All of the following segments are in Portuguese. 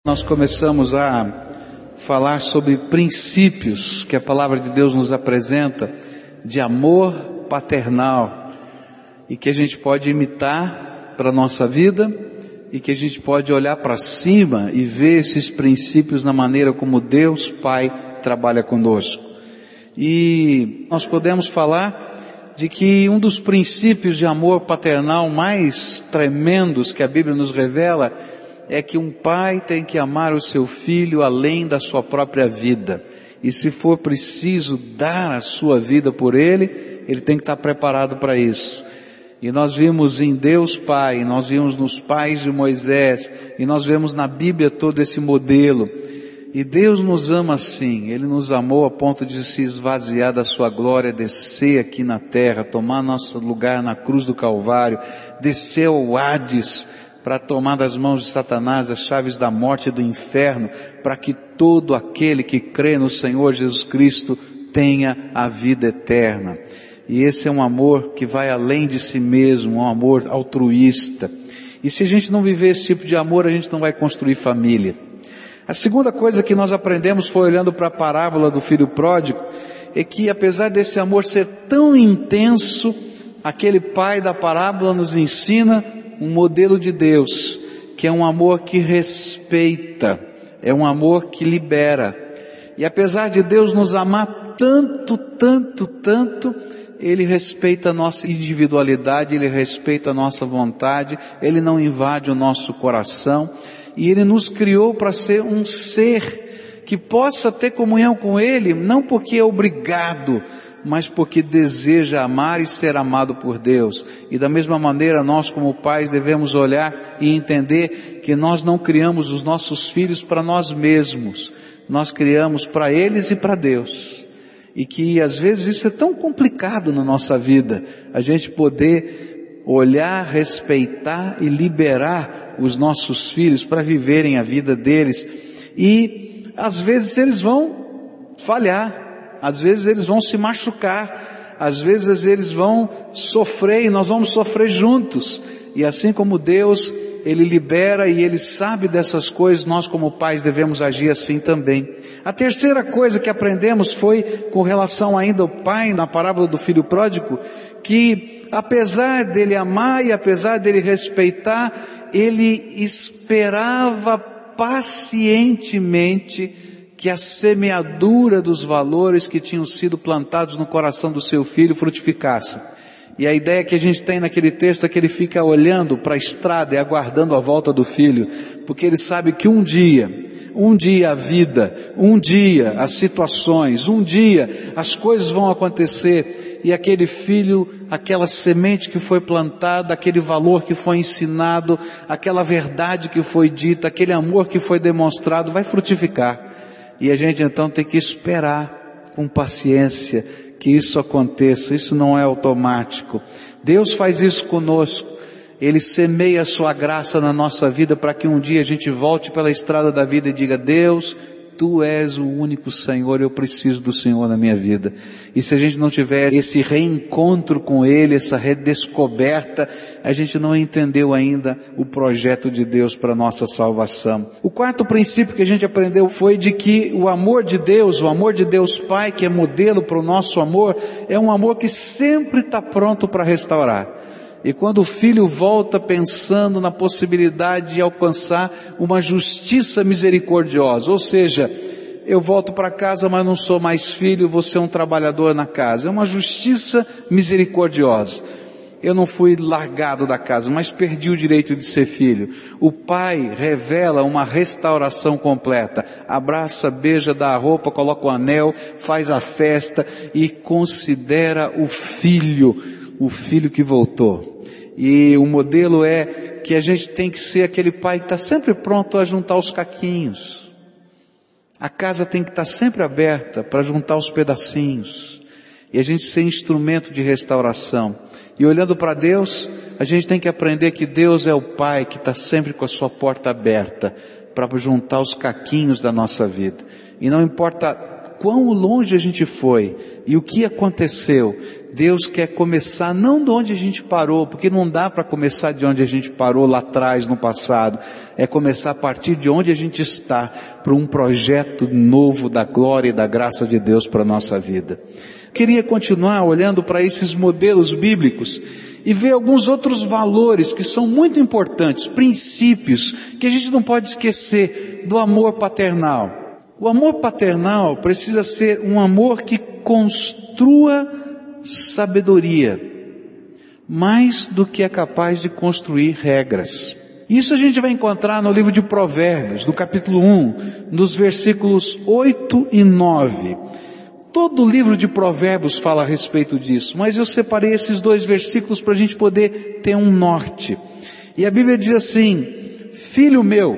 Nós começamos a falar sobre princípios que a palavra de Deus nos apresenta de amor paternal e que a gente pode imitar para a nossa vida e que a gente pode olhar para cima e ver esses princípios na maneira como Deus Pai trabalha conosco. E nós podemos falar de que um dos princípios de amor paternal mais tremendos que a Bíblia nos revela é que um pai tem que amar o seu filho além da sua própria vida. E se for preciso dar a sua vida por ele, ele tem que estar preparado para isso. E nós vimos em Deus Pai, nós vimos nos pais de Moisés, e nós vemos na Bíblia todo esse modelo. E Deus nos ama assim, Ele nos amou a ponto de se esvaziar da sua glória, descer aqui na terra, tomar nosso lugar na cruz do Calvário, descer ao Hades, para tomar das mãos de Satanás as chaves da morte e do inferno, para que todo aquele que crê no Senhor Jesus Cristo tenha a vida eterna. E esse é um amor que vai além de si mesmo, um amor altruísta. E se a gente não viver esse tipo de amor, a gente não vai construir família. A segunda coisa que nós aprendemos foi olhando para a parábola do filho pródigo, é que apesar desse amor ser tão intenso, aquele pai da parábola nos ensina um modelo de Deus, que é um amor que respeita, é um amor que libera. E apesar de Deus nos amar tanto, Ele respeita a nossa individualidade, Ele respeita a nossa vontade, Ele não invade o nosso coração, e Ele nos criou para ser um ser que possa ter comunhão com Ele, não porque é obrigado, mas porque deseja amar e ser amado por Deus. E da mesma maneira nós como pais devemos olhar e entender que nós não criamos os nossos filhos para nós mesmos, nós criamos para eles e para Deus. E que às vezes isso é tão complicado na nossa vida, a gente poder olhar, respeitar e liberar os nossos filhos para viverem a vida deles. E às vezes eles vão falhar, às vezes eles vão se machucar, às vezes eles vão sofrer e nós vamos sofrer juntos. E assim como Deus, Ele libera e Ele sabe dessas coisas, nós como pais devemos agir assim também. A terceira coisa que aprendemos foi com relação ainda ao pai, na parábola do filho pródigo, que apesar dele amar e apesar dele respeitar, ele esperava pacientemente que a semeadura dos valores que tinham sido plantados no coração do seu filho frutificasse. E a ideia que a gente tem naquele texto é que ele fica olhando para a estrada e aguardando a volta do filho, porque ele sabe que um dia a vida, um dia as situações, um dia as coisas vão acontecer, e aquele filho, aquela semente que foi plantada, aquele valor que foi ensinado, aquela verdade que foi dita, aquele amor que foi demonstrado, vai frutificar. E a gente então tem que esperar com paciência que isso aconteça. Isso não é automático. Deus faz isso conosco. Ele semeia a sua graça na nossa vida para que um dia a gente volte pela estrada da vida e diga: Deus, Tu és o único Senhor, eu preciso do Senhor na minha vida. E se a gente não tiver esse reencontro com Ele, essa redescoberta, a gente não entendeu ainda o projeto de Deus para a nossa salvação. O quarto princípio que a gente aprendeu foi de que o amor de Deus Pai, que é modelo para o nosso amor, é um amor que sempre está pronto para restaurar. E quando o filho volta pensando na possibilidade de alcançar uma justiça misericordiosa, ou seja, eu volto para casa, mas não sou mais filho, vou ser um trabalhador na casa. É uma justiça misericordiosa. Eu não fui largado da casa, mas perdi o direito de ser filho. O pai revela uma restauração completa. Abraça, beija, dá a roupa, coloca o anel, faz a festa e considera o filho que voltou. E o modelo é que a gente tem que ser aquele pai que está sempre pronto a juntar os caquinhos. A casa tem que estar sempre aberta para juntar os pedacinhos. E a gente ser instrumento de restauração. E olhando para Deus, a gente tem que aprender que Deus é o Pai que está sempre com a sua porta aberta para juntar os caquinhos da nossa vida. E não importa quão longe a gente foi e o que aconteceu, Deus quer começar não de onde a gente parou, porque não dá para começar de onde a gente parou lá atrás, no passado. É começar a partir de onde a gente está, para um projeto novo da glória e da graça de Deus para a nossa vida. Queria continuar olhando para esses modelos bíblicos e ver alguns outros valores que são muito importantes, princípios que a gente não pode esquecer do amor paternal. O amor paternal precisa ser um amor que construa sabedoria, mais do que é capaz de construir regras. Isso a gente vai encontrar no livro de Provérbios, no capítulo 1, nos versículos 8 e 9. Todo o livro de Provérbios fala a respeito disso, mas eu separei esses 2 versículos para a gente poder ter um norte. E a Bíblia diz assim: filho meu,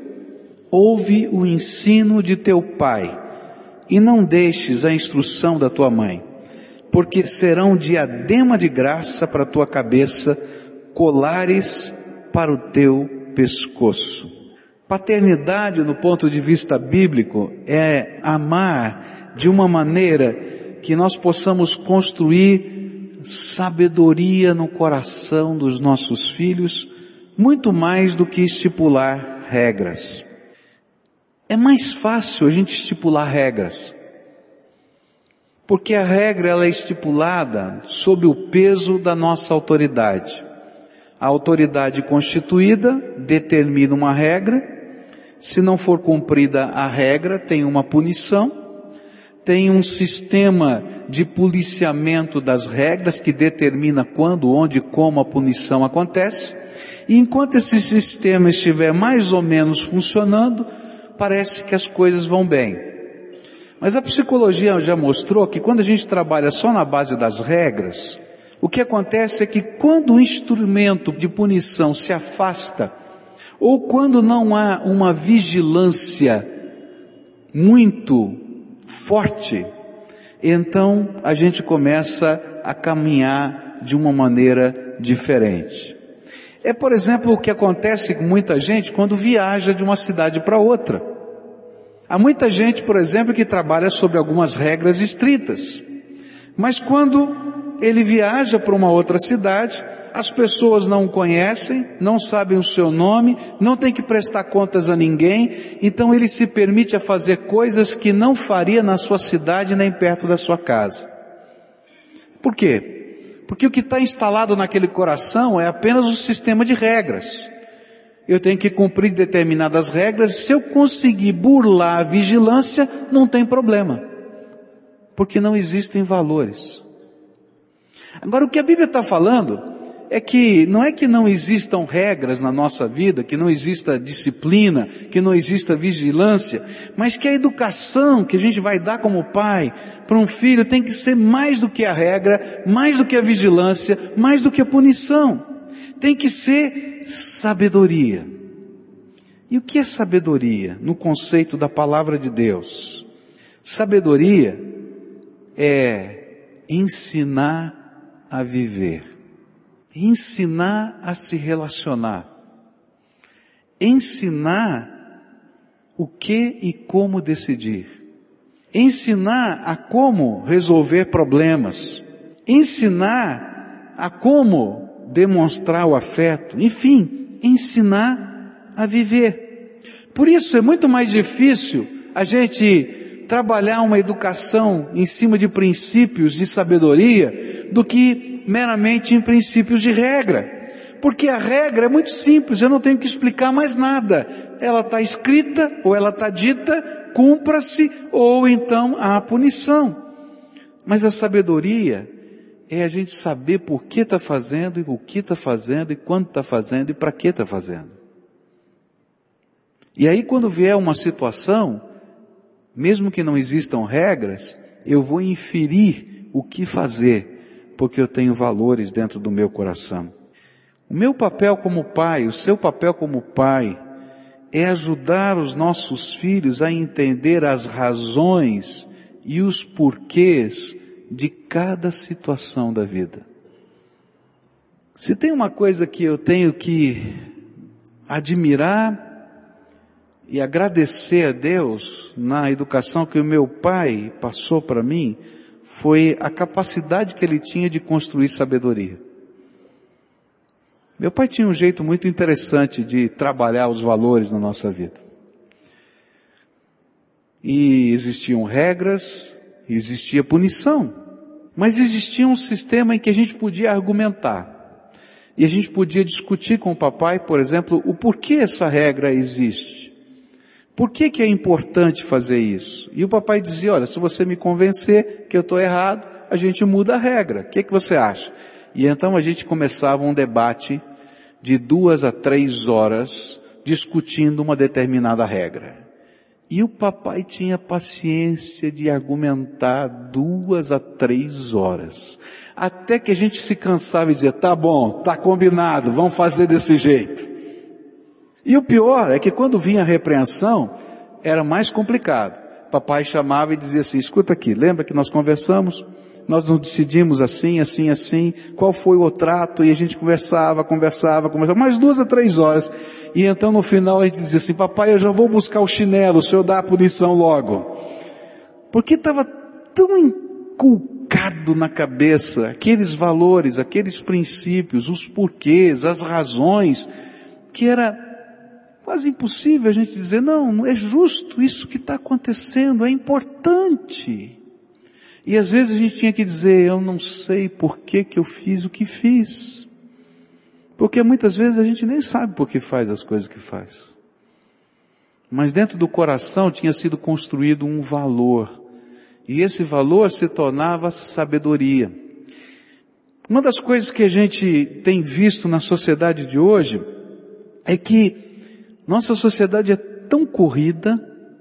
ouve o ensino de teu pai, e não deixes a instrução da tua mãe, porque serão diadema de graça para a tua cabeça, colares para o teu pescoço. Paternidade, no ponto de vista bíblico, é amar de uma maneira que nós possamos construir sabedoria no coração dos nossos filhos, muito mais do que estipular regras. É mais fácil a gente estipular regras, porque a regra ela é estipulada sob o peso da nossa autoridade. A autoridade constituída determina uma regra, se não for cumprida a regra, tem uma punição, tem um sistema de policiamento das regras que determina quando, onde e como a punição acontece, e enquanto esse sistema estiver mais ou menos funcionando, parece que as coisas vão bem. Mas a psicologia já mostrou que quando a gente trabalha só na base das regras, o que acontece é que quando o instrumento de punição se afasta, ou quando não há uma vigilância muito forte, então a gente começa a caminhar de uma maneira diferente. É, por exemplo, o que acontece com muita gente quando viaja de uma cidade para outra. Há muita gente, por exemplo, que trabalha sobre algumas regras estritas, mas quando ele viaja para uma outra cidade, as pessoas não o conhecem, não sabem o seu nome, não tem que prestar contas a ninguém, então ele se permite a fazer coisas que não faria na sua cidade nem perto da sua casa. Por quê? Porque o que está instalado naquele coração é apenas o sistema de regras. Eu tenho que cumprir determinadas regras, se eu conseguir burlar a vigilância, não tem problema, porque não existem valores. Agora, o que a Bíblia está falando é que não existam regras na nossa vida, que não exista disciplina, que não exista vigilância, mas que a educação que a gente vai dar como pai para um filho tem que ser mais do que a regra, mais do que a vigilância, mais do que a punição. Tem que ser sabedoria. E o que é sabedoria no conceito da palavra de Deus? Sabedoria é ensinar a viver, ensinar a se relacionar, ensinar o que e como decidir, ensinar a como resolver problemas, ensinar a como demonstrar o afeto, enfim, ensinar a viver. Por isso é muito mais difícil a gente trabalhar uma educação em cima de princípios de sabedoria do que meramente em princípios de regra. Porque a regra é muito simples, eu não tenho que explicar mais nada. Ela está escrita, ou ela está dita, cumpra-se, ou então há punição. Mas a sabedoria é a gente saber por que está fazendo, e o que está fazendo, e quando está fazendo, e para que está fazendo. E aí quando vier uma situação, mesmo que não existam regras, eu vou inferir o que fazer, porque eu tenho valores dentro do meu coração. O meu papel como pai, o seu papel como pai, é ajudar os nossos filhos a entender as razões e os porquês de cada situação da vida. Se tem uma coisa que eu tenho que admirar e agradecer a Deus na educação que o meu pai passou para mim, foi a capacidade que ele tinha de construir sabedoria. Meu pai tinha um jeito muito interessante de trabalhar os valores na nossa vida. E existiam regras, existia punição, mas existia um sistema em que a gente podia argumentar. E a gente podia discutir com o papai, por exemplo, o porquê essa regra existe. Por que é importante fazer isso? E o papai dizia, olha, se você me convencer que eu estou errado, a gente muda a regra. O que você acha? E então a gente começava um debate de 2 a 3 horas discutindo uma determinada regra. E o papai tinha paciência de argumentar 2 a 3 horas. Até que a gente se cansava e dizia, tá bom, tá combinado, vamos fazer desse jeito. E o pior é que quando vinha a repreensão, era mais complicado. Papai chamava e dizia assim, escuta aqui, lembra que nós conversamos? Nós nos decidimos assim, assim, assim, qual foi o trato? E a gente conversava, mais 2 a 3 horas. E então no final a gente dizia assim, papai, eu já vou buscar o chinelo, o senhor dá a punição logo. Porque estava tão inculcado na cabeça aqueles valores, aqueles princípios, os porquês, as razões, que era quase impossível a gente dizer, não é justo isso que está acontecendo, é importante. E às vezes a gente tinha que dizer, eu não sei por que eu fiz o que fiz. Porque muitas vezes a gente nem sabe por que faz as coisas que faz. Mas dentro do coração tinha sido construído um valor. E esse valor se tornava sabedoria. Uma das coisas que a gente tem visto na sociedade de hoje é que nossa sociedade é tão corrida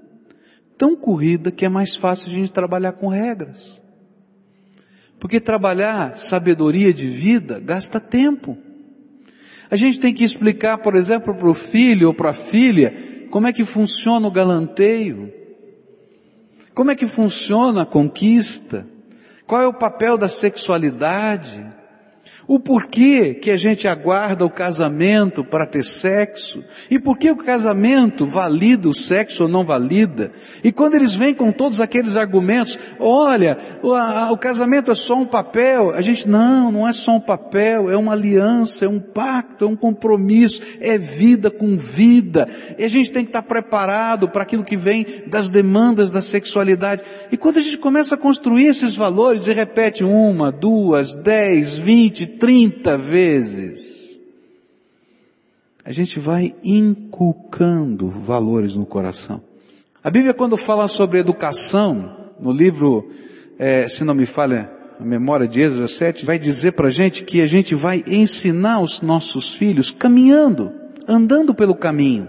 que é mais fácil a gente trabalhar com regras. Porque trabalhar sabedoria de vida gasta tempo. A gente tem que explicar, por exemplo, para o filho ou para a filha, como é que funciona o galanteio, como é que funciona a conquista, qual é o papel da sexualidade, o porquê que a gente aguarda o casamento para ter sexo, e por que o casamento valida o sexo ou não valida. E quando eles vêm com todos aqueles argumentos, olha, o casamento é só um papel, a gente, não é só um papel, é uma aliança, é um pacto, é um compromisso, é vida com vida, e a gente tem que estar preparado para aquilo que vem das demandas da sexualidade. E quando a gente começa a construir esses valores e repete 1, 2, 10, 20, 30 vezes, a gente vai inculcando valores no coração. A Bíblia, quando fala sobre educação, no livro, se não me falha a memória de Êxodo 7, vai dizer para a gente que a gente vai ensinar os nossos filhos caminhando, andando pelo caminho,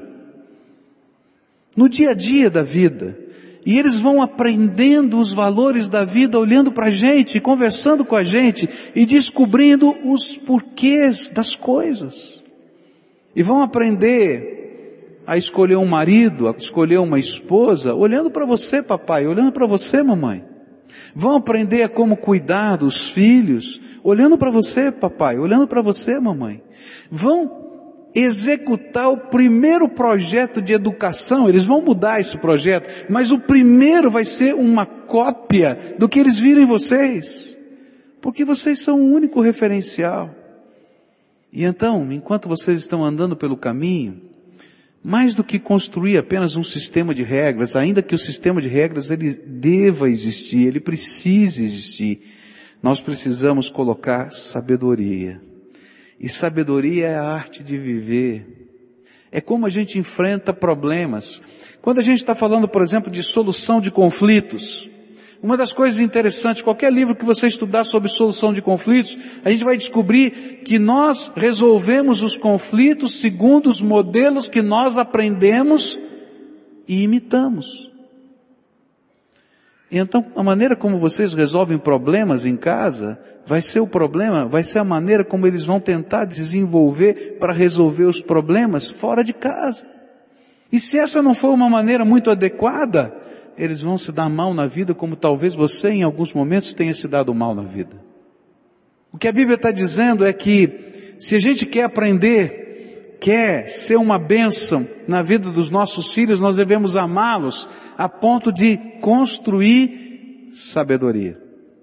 no dia a dia da vida. E eles vão aprendendo os valores da vida, olhando para a gente, conversando com a gente e descobrindo os porquês das coisas. E vão aprender a escolher um marido, a escolher uma esposa, olhando para você, papai, olhando para você, mamãe. Vão aprender a como cuidar dos filhos, olhando para você, papai, olhando para você, mamãe. Vão executar o primeiro projeto de educação, eles vão mudar esse projeto, mas o primeiro vai ser uma cópia do que eles viram em vocês, porque vocês são o único referencial. E então, enquanto vocês estão andando pelo caminho, mais do que construir apenas um sistema de regras, ainda que o sistema de regras ele deva existir, ele precisa existir, nós precisamos colocar sabedoria. E sabedoria é a arte de viver. É como a gente enfrenta problemas. Quando a gente está falando, por exemplo, de solução de conflitos, uma das coisas interessantes, qualquer livro que você estudar sobre solução de conflitos, a gente vai descobrir que nós resolvemos os conflitos segundo os modelos que nós aprendemos e imitamos. Então, a maneira como vocês resolvem problemas em casa, vai ser o problema, vai ser a maneira como eles vão tentar desenvolver para resolver os problemas fora de casa. E se essa não for uma maneira muito adequada, eles vão se dar mal na vida, como talvez você em alguns momentos tenha se dado mal na vida. O que a Bíblia está dizendo é que, se a gente quer aprender, quer ser uma bênção na vida dos nossos filhos, nós devemos amá-los a ponto de construir sabedoria.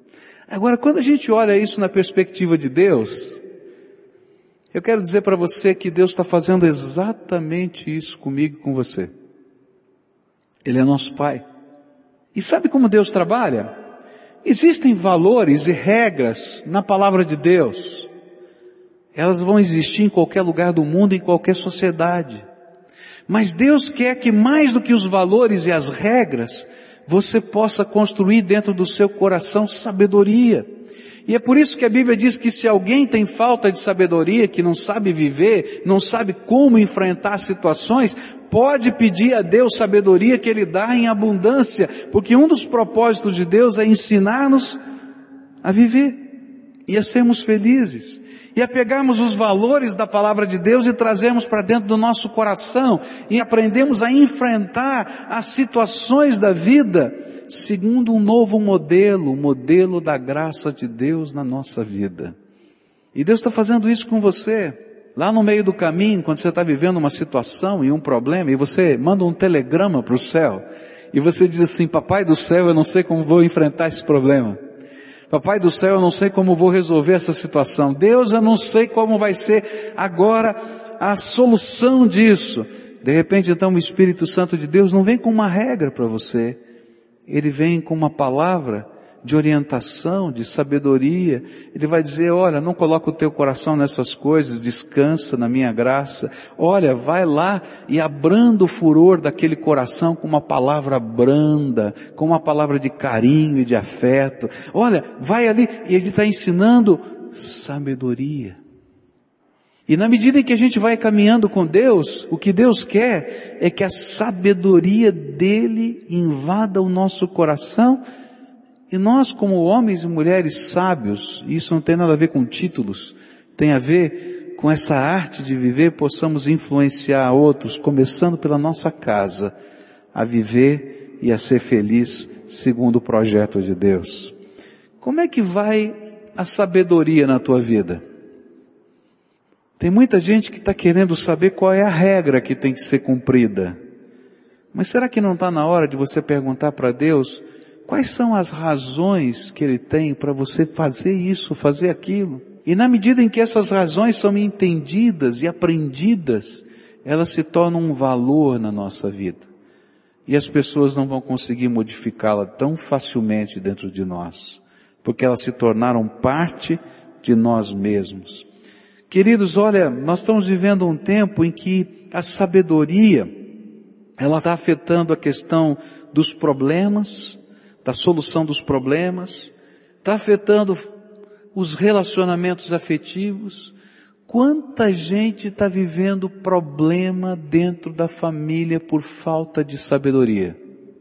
Agora, quando a gente olha isso na perspectiva de Deus, eu quero dizer para você que Deus está fazendo exatamente isso comigo e com você. Ele é nosso Pai. E sabe como Deus trabalha? Existem valores e regras na palavra de Deus. Elas vão existir em qualquer lugar do mundo, em qualquer sociedade. Mas Deus quer que mais do que os valores e as regras, você possa construir dentro do seu coração sabedoria. E é por isso que a Bíblia diz que se alguém tem falta de sabedoria, que não sabe viver, não sabe como enfrentar situações, pode pedir a Deus sabedoria que Ele dá em abundância, porque um dos propósitos de Deus é ensinar-nos a viver e a sermos felizes. E a pegarmos os valores da palavra de Deus e trazermos para dentro do nosso coração e aprendemos a enfrentar as situações da vida segundo um novo modelo, o modelo da graça de Deus na nossa vida. E Deus está fazendo isso com você. Lá no meio do caminho, quando você está vivendo uma situação e um problema, e você manda um telegrama para o céu, e você diz assim: Papai do céu, eu não sei como vou enfrentar esse problema. Papai do céu, eu não sei como vou resolver essa situação. Deus, eu não sei como vai ser agora a solução disso. De repente, então, o Espírito Santo de Deus não vem com uma regra para você. Ele vem com uma palavra de orientação, de sabedoria. Ele vai dizer: olha, não coloca o teu coração nessas coisas, descansa na minha graça. Olha, vai lá e abranda o furor daquele coração com uma palavra branda, com uma palavra de carinho e de afeto. Olha, vai ali, e ele está ensinando sabedoria. E na medida em que a gente vai caminhando com Deus, o que Deus quer é que a sabedoria dele invada o nosso coração. E nós, como homens e mulheres sábios, isso não tem nada a ver com títulos, tem a ver com essa arte de viver, possamos influenciar outros, começando pela nossa casa, a viver e a ser feliz segundo o projeto de Deus. Como é que vai a sabedoria na tua vida? Tem muita gente que está querendo saber qual é a regra que tem que ser cumprida. Mas será que não está na hora de você perguntar para Deus quais são as razões que Ele tem para você fazer isso, fazer aquilo? E na medida em que essas razões são entendidas e aprendidas, elas se tornam um valor na nossa vida. E as pessoas não vão conseguir modificá-la tão facilmente dentro de nós, porque elas se tornaram parte de nós mesmos. Queridos, olha, nós estamos vivendo um tempo em que a sabedoria, ela está afetando a questão dos problemas, da solução dos problemas, está afetando os relacionamentos afetivos. Quanta gente está vivendo problema dentro da família por falta de sabedoria?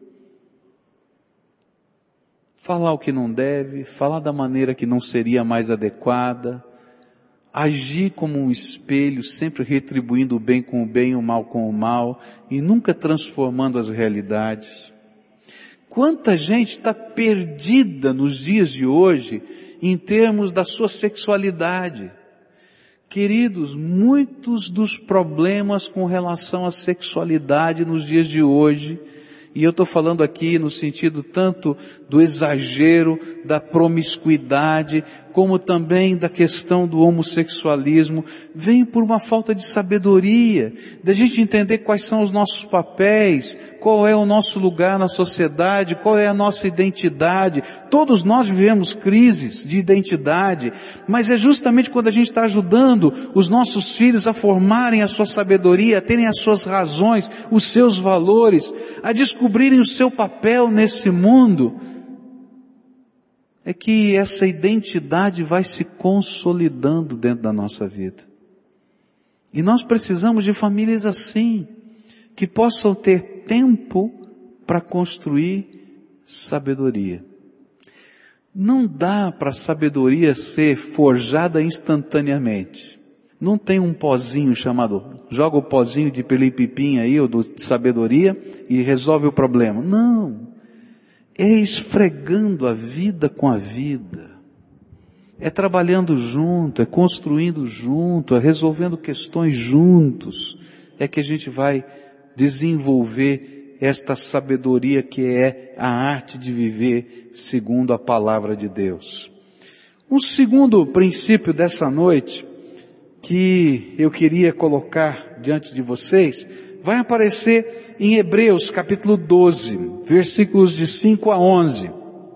Falar o que não deve, falar da maneira que não seria mais adequada, agir como um espelho, sempre retribuindo o bem com o bem, o mal com o mal, e nunca transformando as realidades. Quanta gente está perdida nos dias de hoje, em termos da sua sexualidade. Queridos, muitos dos problemas com relação à sexualidade nos dias de hoje, e eu estou falando aqui no sentido tanto do exagero, da promiscuidade, como também da questão do homossexualismo, vem por uma falta de sabedoria, da gente entender quais são os nossos papéis, qual é o nosso lugar na sociedade, qual é a nossa identidade. Todos nós vivemos crises de identidade, mas é justamente quando a gente está ajudando os nossos filhos a formarem a sua sabedoria, a terem as suas razões, os seus valores, a descobrirem o seu papel nesse mundo, é que essa identidade vai se consolidando dentro da nossa vida. E nós precisamos de famílias assim, que possam ter tempo para construir sabedoria. Não dá para a sabedoria ser forjada instantaneamente. Não tem um pozinho chamado, joga o pozinho de pelim-pipim aí, ou de sabedoria, e resolve o problema. Não. É esfregando a vida com a vida. É trabalhando junto, é construindo junto, é resolvendo questões juntos. É que a gente vai desenvolver esta sabedoria que é a arte de viver segundo a palavra de Deus. Um segundo princípio dessa noite, que eu queria colocar diante de vocês, vai aparecer em Hebreus capítulo 12, versículos de 5 a 11.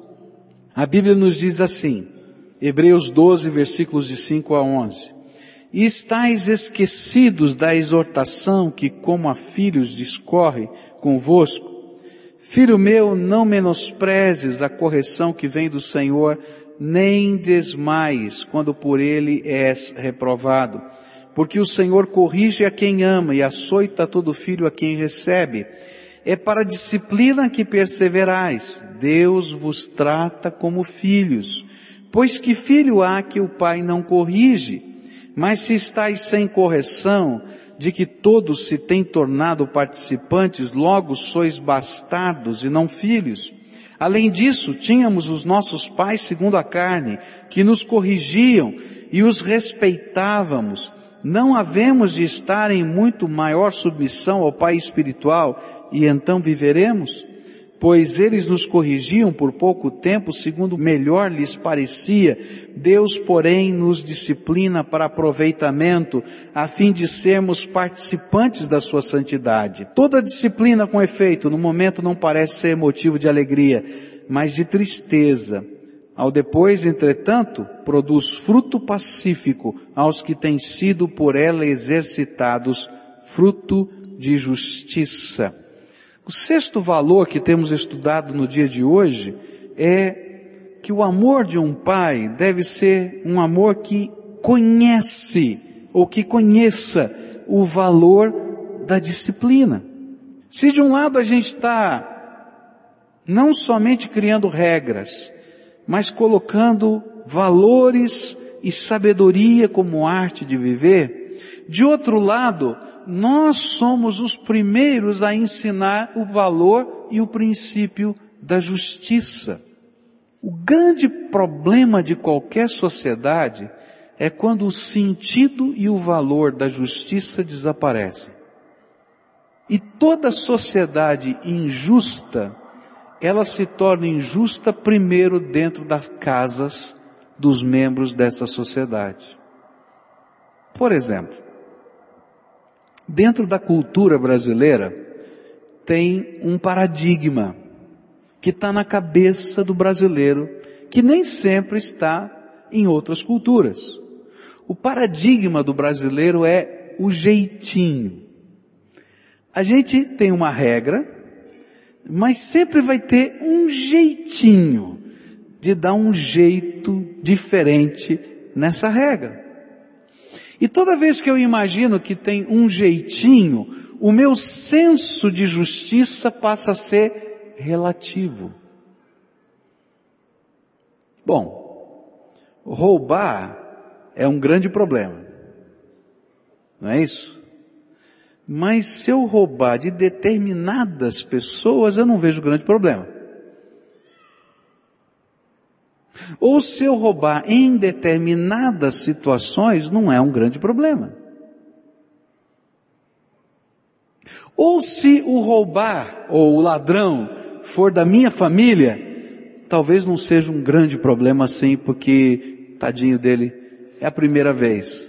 A Bíblia nos diz assim, Hebreus 12, versículos de 5 a 11. E estáis esquecidos da exortação que como a filhos discorre convosco. Filho meu, não menosprezes a correção que vem do Senhor, nem desmaies quando por ele és reprovado. Porque o Senhor corrige a quem ama e açoita todo filho a quem recebe. É para a disciplina que perseverais. Deus vos trata como filhos. Pois que filho há que o pai não corrige? Mas se estáis sem correção, de que todos se têm tornado participantes, logo sois bastardos e não filhos. Além disso, tínhamos os nossos pais segundo a carne, que nos corrigiam e os respeitávamos. Não havemos de estar em muito maior submissão ao Pai espiritual, e então viveremos? Pois eles nos corrigiam por pouco tempo, segundo melhor lhes parecia. Deus, porém, nos disciplina para aproveitamento, a fim de sermos participantes da sua santidade. Toda disciplina, com efeito, no momento não parece ser motivo de alegria, mas de tristeza. Ao depois, entretanto, produz fruto pacífico aos que têm sido por ela exercitados, fruto de justiça. O sexto valor que temos estudado no dia de hoje é que o amor de um pai deve ser um amor que conhece, ou que conheça o valor da disciplina. Se de um lado a gente está não somente criando regras, mas colocando valores e sabedoria como arte de viver, de outro lado, nós somos os primeiros a ensinar o valor e o princípio da justiça. O grande problema de qualquer sociedade é quando o sentido e o valor da justiça desaparecem. E toda sociedade injusta, ela se torna injusta primeiro dentro das casas dos membros dessa sociedade. Por exemplo, dentro da cultura brasileira, tem um paradigma que está na cabeça do brasileiro, que nem sempre está em outras culturas. O paradigma do brasileiro é o jeitinho. A gente tem uma regra, mas sempre vai ter um jeitinho de dar um jeito diferente nessa regra. E toda vez que eu imagino que tem um jeitinho, o meu senso de justiça passa a ser relativo. Bom, roubar é um grande problema, não é isso? Mas se eu roubar de determinadas pessoas, eu não vejo grande problema. Ou se eu roubar em determinadas situações, não é um grande problema. Ou se o roubar ou o ladrão for da minha família, talvez não seja um grande problema assim, porque tadinho dele, é a primeira vez.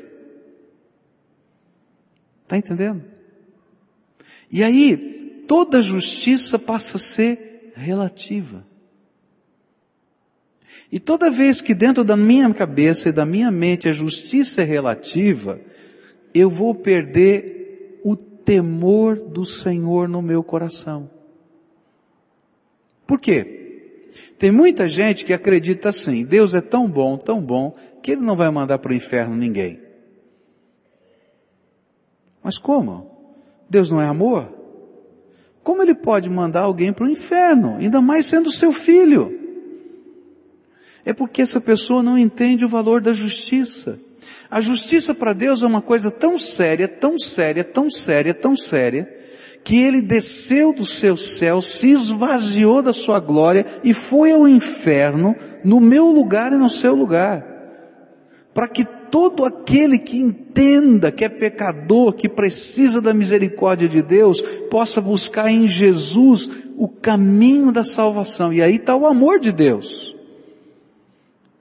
Está entendendo? E aí, toda justiça passa a ser relativa. E toda vez que dentro da minha cabeça e da minha mente a justiça é relativa, eu vou perder o temor do Senhor no meu coração. Por quê? Tem muita gente que acredita assim, Deus é tão bom, que Ele não vai mandar para o inferno ninguém. Mas como? Deus não é amor? Como Ele pode mandar alguém para o inferno, ainda mais sendo seu filho? É porque essa pessoa não entende o valor da justiça. A justiça para Deus é uma coisa tão séria, tão séria, tão séria, tão séria, que Ele desceu do seu céu, se esvaziou da sua glória e foi ao inferno, no meu lugar e no seu lugar. Para que todo aquele que entenda que é pecador, que precisa da misericórdia de Deus, possa buscar em Jesus o caminho da salvação. E aí está o amor de Deus.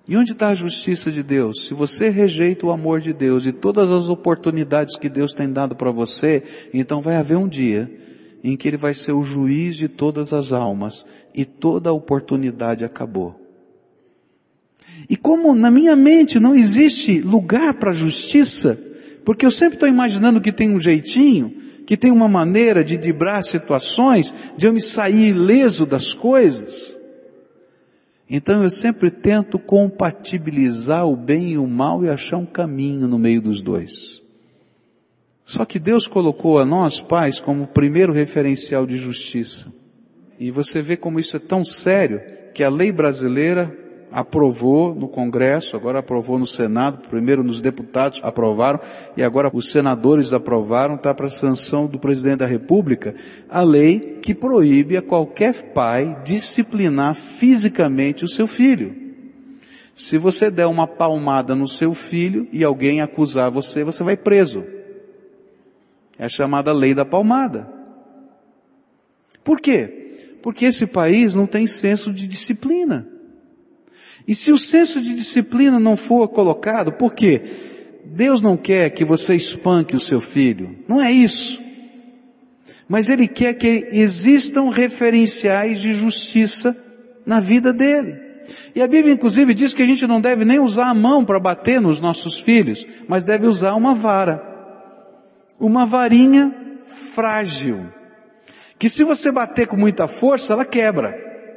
E onde está a justiça de Deus? Se você rejeita o amor de Deus e todas as oportunidades que Deus tem dado para você, então vai haver um dia em que Ele vai ser o juiz de todas as almas e toda a oportunidade acabou. E como na minha mente não existe lugar para justiça, porque eu sempre estou imaginando que tem um jeitinho, que tem uma maneira de driblar situações, de eu me sair ileso das coisas, então eu sempre tento compatibilizar o bem e o mal e achar um caminho no meio dos dois. Só que Deus colocou a nós, pais, como o primeiro referencial de justiça. E você vê como isso é tão sério, que a lei brasileira aprovou no Congresso, agora aprovou no Senado, primeiro nos deputados aprovaram, e agora os senadores aprovaram, está para a sanção do presidente da República, a lei que proíbe a qualquer pai disciplinar fisicamente o seu filho. Se você der uma palmada no seu filho e alguém acusar você, você vai preso. É a chamada lei da palmada. Por quê? Porque esse país não tem senso de disciplina. E se o senso de disciplina não for colocado, por quê? Deus não quer que você espanque o seu filho. Não é isso. Mas Ele quer que existam referenciais de justiça na vida dele. E a Bíblia inclusive diz que a gente não deve nem usar a mão para bater nos nossos filhos, mas deve usar uma vara. Uma varinha frágil. Que se você bater com muita força, ela quebra.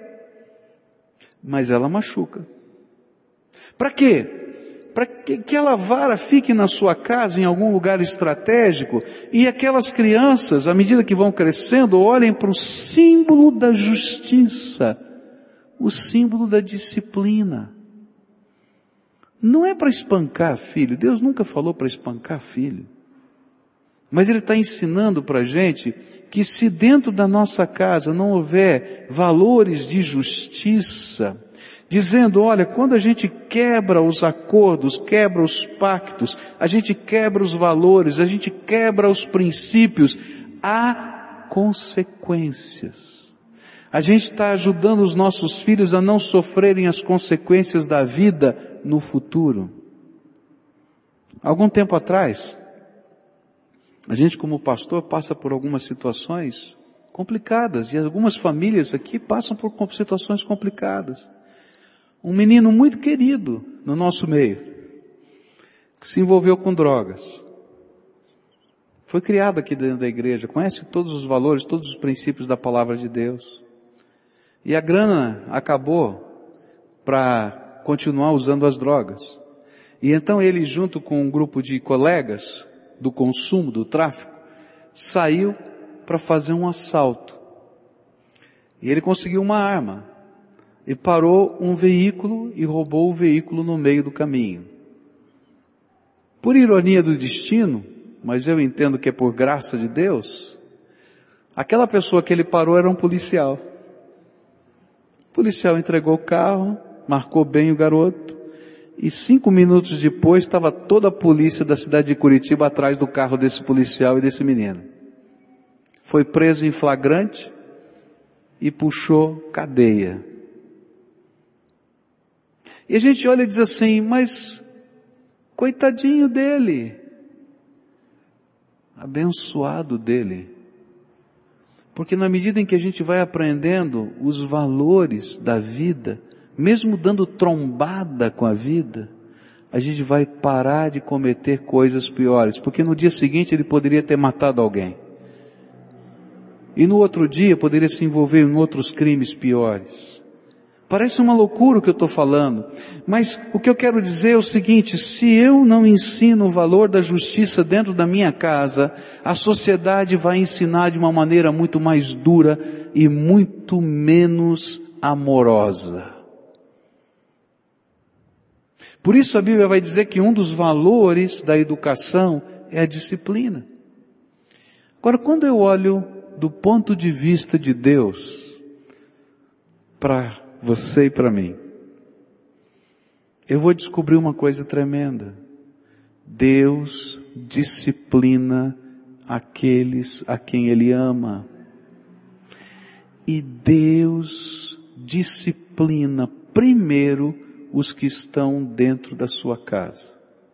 Mas ela machuca. Para quê? Para que aquela vara fique na sua casa, em algum lugar estratégico, e aquelas crianças, à medida que vão crescendo, olhem para o símbolo da justiça, o símbolo da disciplina. Não é para espancar filho, Deus nunca falou para espancar filho. Mas Ele está ensinando para a gente que se dentro da nossa casa não houver valores de justiça, dizendo, olha, quando a gente quebra os acordos, quebra os pactos, a gente quebra os valores, a gente quebra os princípios, há consequências. A gente está ajudando os nossos filhos a não sofrerem as consequências da vida no futuro. Algum tempo atrás, a gente como pastor passa por algumas situações complicadas, e algumas famílias aqui passam por situações complicadas. Um menino muito querido no nosso meio, que se envolveu com drogas. Foi criado aqui dentro da igreja, conhece todos os valores, todos os princípios da palavra de Deus. E a grana acabou para continuar usando as drogas. E então ele, junto com um grupo de colegas do consumo, do tráfico, saiu para fazer um assalto. E ele conseguiu uma arma. E parou um veículo e roubou o veículo no meio do caminho. Por ironia do destino, mas eu entendo que é por graça de Deus, aquela pessoa que ele parou era um policial. O policial entregou o carro, marcou bem o garoto, e 5 minutos depois estava toda a polícia da cidade de Curitiba atrás do carro desse policial e desse menino. Foi preso em flagrante e puxou cadeia. E a gente olha e diz assim, mas coitadinho dele, abençoado dele. Porque na medida em que a gente vai aprendendo os valores da vida, mesmo dando trombada com a vida, a gente vai parar de cometer coisas piores. Porque no dia seguinte ele poderia ter matado alguém. E no outro dia poderia se envolver em outros crimes piores. Parece uma loucura o que eu estou falando, mas o que eu quero dizer é o seguinte, se eu não ensino o valor da justiça dentro da minha casa, a sociedade vai ensinar de uma maneira muito mais dura e muito menos amorosa. Por isso a Bíblia vai dizer que um dos valores da educação é a disciplina. Agora, quando eu olho do ponto de vista de Deus, para você e para mim, eu vou descobrir uma coisa tremenda. Deus disciplina aqueles a quem Ele ama. E Deus disciplina primeiro os que estão dentro da sua casa.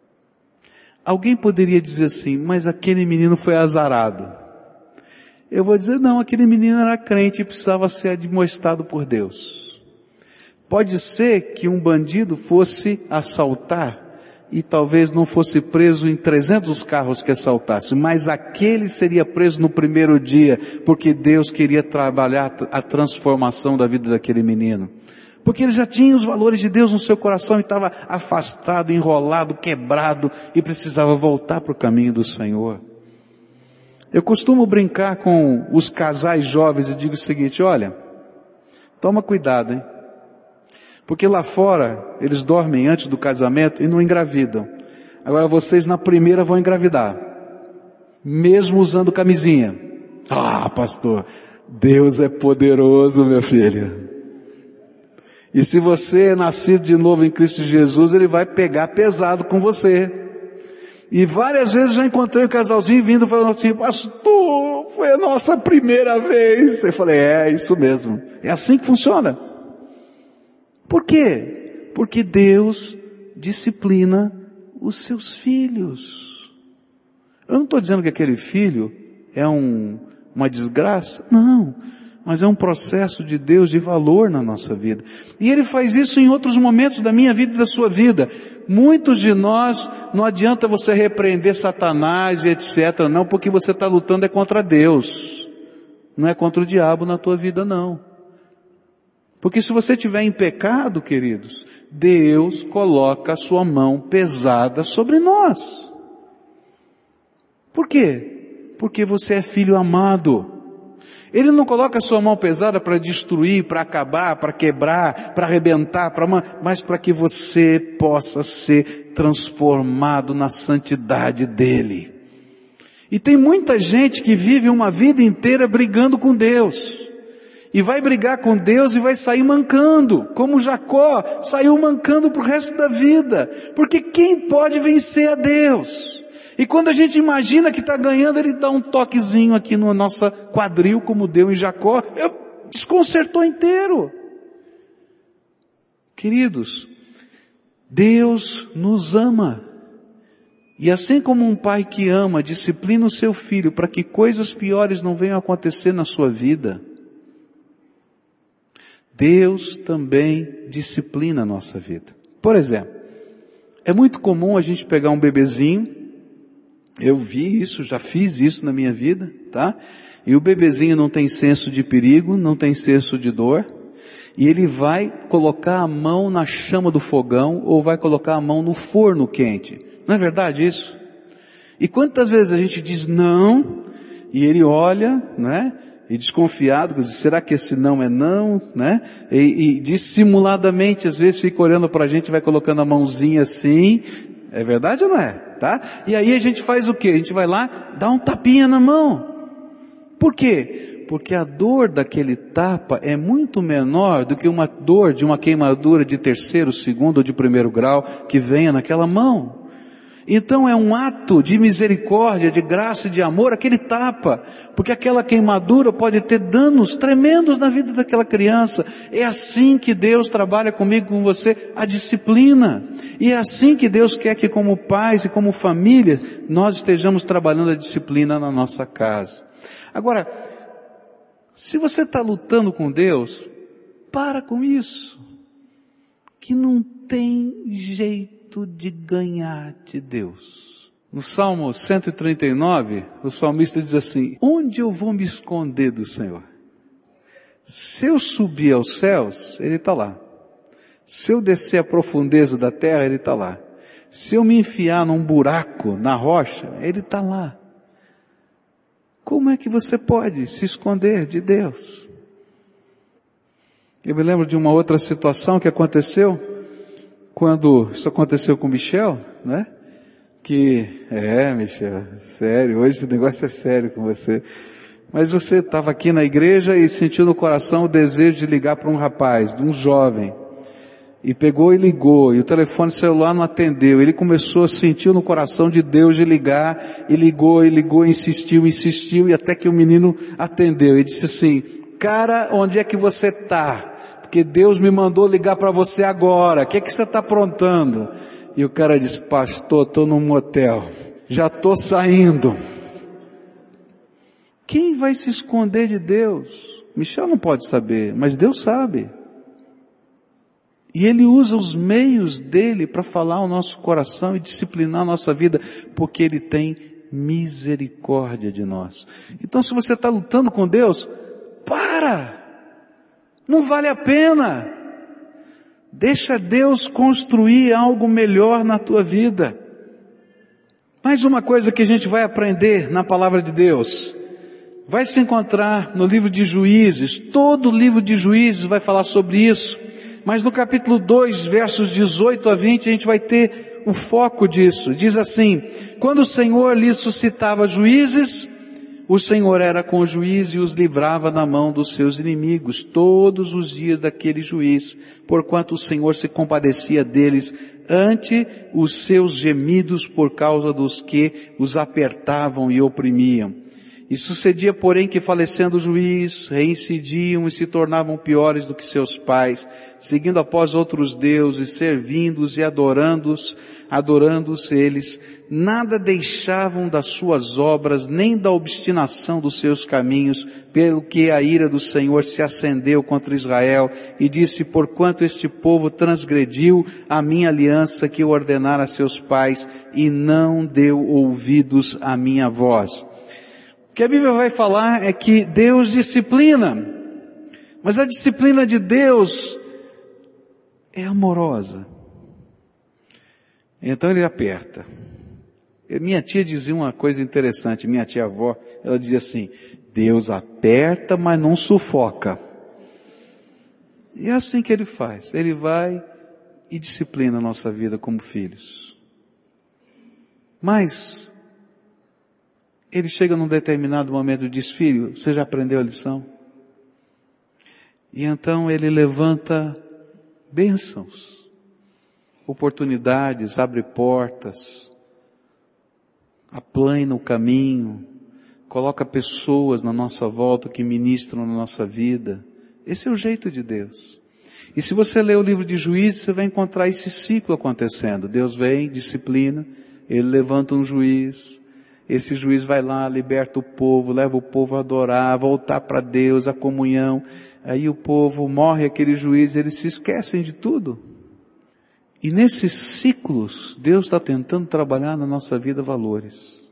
Alguém poderia dizer assim, mas aquele menino foi azarado. Eu vou dizer, não, aquele menino era crente e precisava ser admoestado por Deus. Pode ser que um bandido fosse assaltar e talvez não fosse preso em 300 carros que assaltasse, mas aquele seria preso no primeiro dia, porque Deus queria trabalhar a transformação da vida daquele menino. Porque ele já tinha os valores de Deus no seu coração e estava afastado, enrolado, quebrado e precisava voltar para o caminho do Senhor. Eu costumo brincar com os casais jovens e digo o seguinte, olha, toma cuidado, hein? Porque lá fora eles dormem antes do casamento e não engravidam. Agora vocês na primeira vão engravidar, mesmo usando camisinha. Ah, pastor, Deus é poderoso, meu filho. E se você é nascido de novo em Cristo Jesus, Ele vai pegar pesado com você. E várias vezes já encontrei um casalzinho vindo falando assim, pastor, foi a nossa primeira vez. Eu falei, é isso mesmo. É assim que funciona. Por quê? Porque Deus disciplina os seus filhos. Eu não estou dizendo que aquele filho é uma desgraça. Não. Mas é um processo de Deus de valor na nossa vida. E Ele faz isso em outros momentos da minha vida e da sua vida. Muitos de nós, não adianta você repreender Satanás e etc. Não, porque você está lutando é contra Deus. Não é contra o diabo na tua vida, não. Porque se você estiver em pecado, queridos, Deus coloca a sua mão pesada sobre nós. Por quê? Porque você é filho amado. Ele não coloca a sua mão pesada para destruir, para acabar, para quebrar, para arrebentar, mas para que você possa ser transformado na santidade dele. E tem muita gente que vive uma vida inteira brigando com Deus. E vai brigar com Deus e vai sair mancando, como Jacó saiu mancando para o resto da vida. Porque quem pode vencer a Deus? E quando a gente imagina que está ganhando, Ele dá um toquezinho aqui no nosso quadril, como deu em Jacó, desconcertou inteiro. Queridos, Deus nos ama. E assim como um pai que ama, disciplina o seu filho para que coisas piores não venham a acontecer na sua vida, Deus também disciplina a nossa vida. Por exemplo, é muito comum a gente pegar um bebezinho, eu vi isso, já fiz isso na minha vida, tá? E o bebezinho não tem senso de perigo, não tem senso de dor, e ele vai colocar a mão na chama do fogão, ou vai colocar a mão no forno quente. Não é verdade isso? E quantas vezes a gente diz não, e ele olha, né? E desconfiado, será que esse não é não, né? E dissimuladamente, às vezes fica olhando pra gente, vai colocando a mãozinha assim. É verdade ou não é? Tá? E aí a gente faz o quê? A gente vai lá, dá um tapinha na mão. Por quê? Porque a dor daquele tapa é muito menor do que uma dor de uma queimadura de terceiro, segundo ou de primeiro grau que venha naquela mão. Então é um ato de misericórdia, de graça e de amor, aquele tapa, porque aquela queimadura pode ter danos tremendos na vida daquela criança. É assim que Deus trabalha comigo, com você, a disciplina. E é assim que Deus quer que como pais e como famílias, nós estejamos trabalhando a disciplina na nossa casa. Agora, se você está lutando com Deus, para com isso, que não tem jeito de ganhar de Deus. No Salmo 139, o salmista diz assim, onde eu vou me esconder do Senhor? Se eu subir aos céus, Ele está lá. Se eu descer à profundeza da terra, Ele está lá. Se eu me enfiar num buraco, na rocha, Ele está lá. Como é que você pode se esconder de Deus? Eu me lembro de uma outra situação que aconteceu, quando isso aconteceu com o Michel, né? Michel, sério, hoje esse negócio é sério com você. Mas você estava aqui na igreja e sentiu no coração o desejo de ligar para um rapaz, de um jovem. E pegou e ligou, e o telefone celular não atendeu. Ele começou a sentir no coração de Deus de ligar, e ligou, insistiu, e até que o menino atendeu. Ele disse assim, cara, onde é que você está? porque Deus me mandou ligar para você agora, o que você está aprontando? E o cara disse, pastor, estou num motel, já estou saindo. Quem vai se esconder de Deus? Michel não pode saber, mas Deus sabe. E Ele usa os meios dEle para falar ao nosso coração e disciplinar a nossa vida, porque Ele tem misericórdia de nós. Então, se você está lutando com Deus, não vale a pena. Deixa Deus construir algo melhor na tua vida. Mais uma coisa que a gente vai aprender na palavra de Deus, vai se encontrar no livro de Juízes. Todo o livro de Juízes vai falar sobre isso, mas no capítulo 2, versos 18 a 20, a gente vai ter o foco disso. Diz assim: quando o Senhor lhe suscitava juízes, o Senhor era com o juiz e os livrava da mão dos seus inimigos todos os dias daquele juiz, porquanto o Senhor se compadecia deles ante os seus gemidos por causa dos que os apertavam e oprimiam. E sucedia, porém, que falecendo o juiz, reincidiam e se tornavam piores do que seus pais, seguindo após outros deuses, servindo-os e adorando-os eles, nada deixavam das suas obras, nem da obstinação dos seus caminhos, pelo que a ira do Senhor se acendeu contra Israel, e disse, porquanto este povo transgrediu a minha aliança que eu ordenara a seus pais, e não deu ouvidos à minha voz. O que a Bíblia vai falar é que Deus disciplina, mas a disciplina de Deus é amorosa. Então Ele aperta. Minha tia dizia uma coisa interessante, minha tia-avó, ela dizia assim, Deus aperta, mas não sufoca. E é assim que Ele faz, Ele vai e disciplina a nossa vida como filhos. Mas Ele chega num determinado momento e diz, filho, você já aprendeu a lição? E então Ele levanta bênçãos, oportunidades, abre portas, aplana o caminho, coloca pessoas na nossa volta que ministram na nossa vida. Esse é o jeito de Deus. E se você ler o livro de Juízes, você vai encontrar esse ciclo acontecendo. Deus vem, disciplina, Ele levanta um juiz, esse juiz vai lá, liberta o povo, leva o povo a adorar, a voltar para Deus, a comunhão. Aí o povo morre, aquele juiz, eles se esquecem de tudo. E nesses ciclos, Deus está tentando trabalhar na nossa vida valores.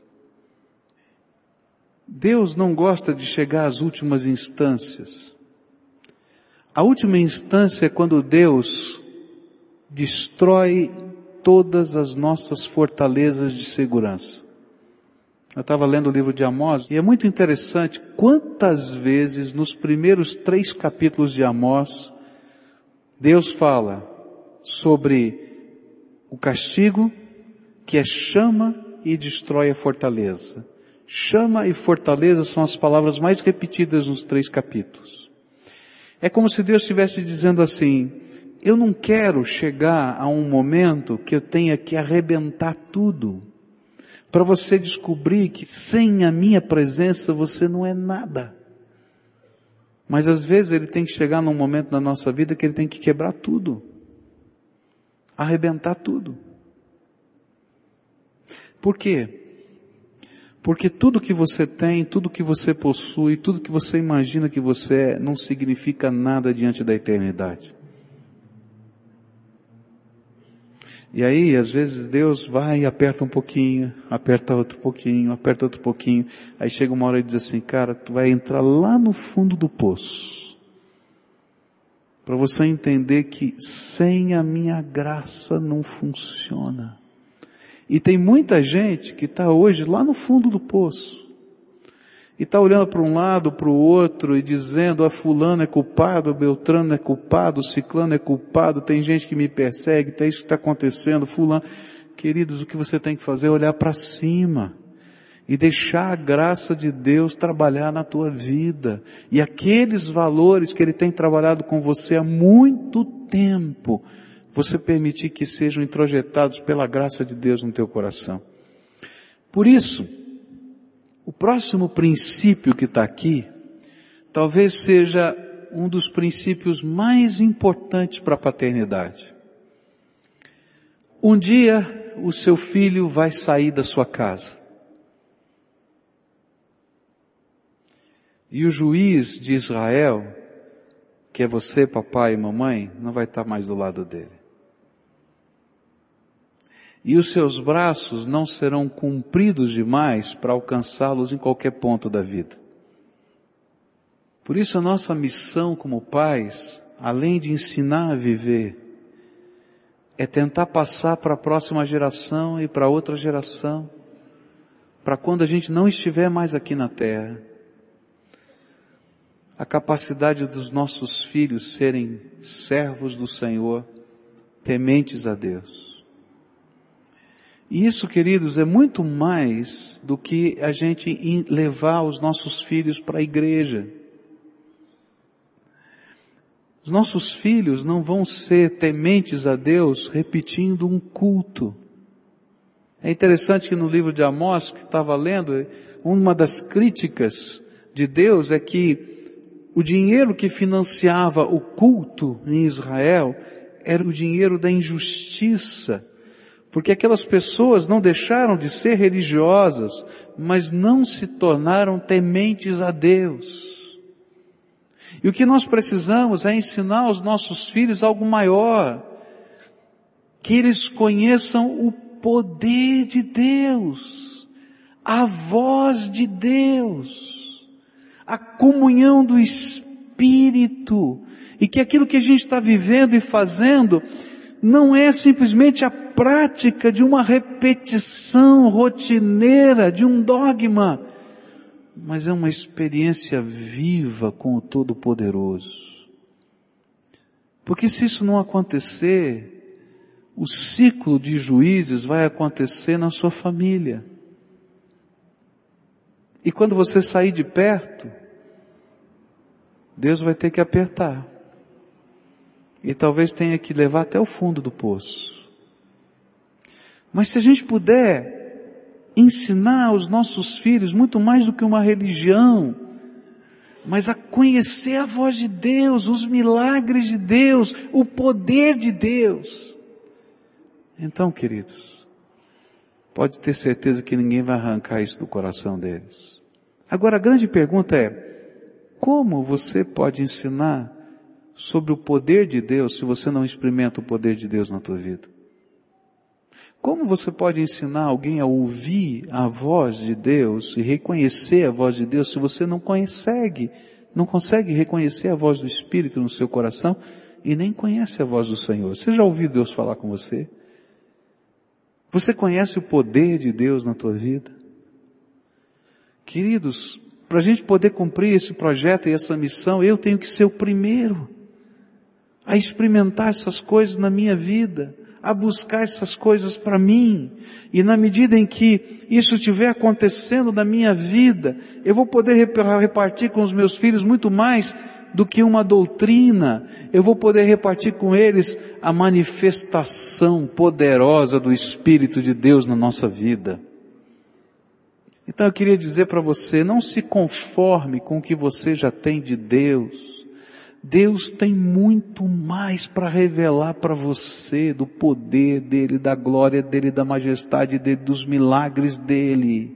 Deus não gosta de chegar às últimas instâncias. A última instância é quando Deus destrói todas as nossas fortalezas de segurança. Eu estava lendo o livro de Amós, e é muito interessante quantas vezes nos primeiros 3 capítulos de Amós, Deus fala sobre o castigo, que é chama e destrói a fortaleza. Chama e fortaleza são as palavras mais repetidas nos 3 capítulos. É como se Deus estivesse dizendo assim, eu não quero chegar a um momento que eu tenha que arrebentar tudo, para você descobrir que sem a minha presença você não é nada. Mas às vezes Ele tem que chegar num momento da nossa vida que Ele tem que quebrar tudo, arrebentar tudo. Por quê? Porque tudo que você tem, tudo que você possui, tudo que você imagina que você é, não significa nada diante da eternidade. E aí, às vezes, Deus vai e aperta um pouquinho, aperta outro pouquinho, aperta outro pouquinho. Aí chega uma hora e diz assim, cara, tu vai entrar lá no fundo do poço. Para você entender que sem a minha graça não funciona. E tem muita gente que está hoje lá no fundo do poço. E está olhando para um lado, para o outro, e dizendo, fulano é culpado, Beltrano é culpado, Ciclano é culpado, tem gente que me persegue, tem isso que está acontecendo, fulano. Queridos, o que você tem que fazer é olhar para cima e deixar a graça de Deus trabalhar na tua vida. E aqueles valores que Ele tem trabalhado com você há muito tempo, você permitir que sejam introjetados pela graça de Deus no teu coração. Por isso, o próximo princípio que está aqui, talvez seja um dos princípios mais importantes para a paternidade. Um dia o seu filho vai sair da sua casa. E o juiz de Israel, que é você, papai e mamãe, não vai estar mais do lado dele. E os seus braços não serão compridos demais para alcançá-los em qualquer ponto da vida. Por isso a nossa missão como pais, além de ensinar a viver, é tentar passar para a próxima geração e para outra geração, para quando a gente não estiver mais aqui na terra, a capacidade dos nossos filhos serem servos do Senhor, tementes a Deus. E isso, queridos, é muito mais do que a gente levar os nossos filhos para a igreja. Os nossos filhos não vão ser tementes a Deus repetindo um culto. É interessante que no livro de Amós, que estava lendo, uma das críticas de Deus é que o dinheiro que financiava o culto em Israel era o dinheiro da injustiça, porque aquelas pessoas não deixaram de ser religiosas, mas não se tornaram tementes a Deus. E o que nós precisamos é ensinar aos nossos filhos algo maior, que eles conheçam o poder de Deus, a voz de Deus, a comunhão do Espírito, e que aquilo que a gente está vivendo e fazendo não é simplesmente a prática de uma repetição rotineira, de um dogma, mas é uma experiência viva com o Todo-Poderoso. Porque se isso não acontecer, o ciclo de juízes vai acontecer na sua família. E quando você sair de perto, Deus vai ter que apertar. E talvez tenha que levar até o fundo do poço. Mas se a gente puder ensinar aos nossos filhos muito mais do que uma religião, mas a conhecer a voz de Deus, os milagres de Deus, o poder de Deus. Então, queridos, pode ter certeza que ninguém vai arrancar isso do coração deles. Agora a grande pergunta é, como você pode ensinar sobre o poder de Deus se você não experimenta o poder de Deus na tua vida? Como você pode ensinar alguém a ouvir a voz de Deus e reconhecer a voz de Deus se você não consegue reconhecer a voz do Espírito no seu coração e nem conhece a voz do Senhor? Você já ouviu Deus falar com você? Você conhece o poder de Deus na tua vida? Queridos, para a gente poder cumprir esse projeto e essa missão, eu tenho que ser o primeiro a experimentar essas coisas na minha vida, a buscar essas coisas para mim. E na medida em que isso estiver acontecendo na minha vida, eu vou poder repartir com os meus filhos muito mais do que uma doutrina. Eu vou poder repartir com eles a manifestação poderosa do Espírito de Deus na nossa vida. Então eu queria dizer para você, não se conforme com o que você já tem de Deus. Deus tem muito mais para revelar para você do poder dEle, da glória dEle, da majestade dEle, dos milagres dEle.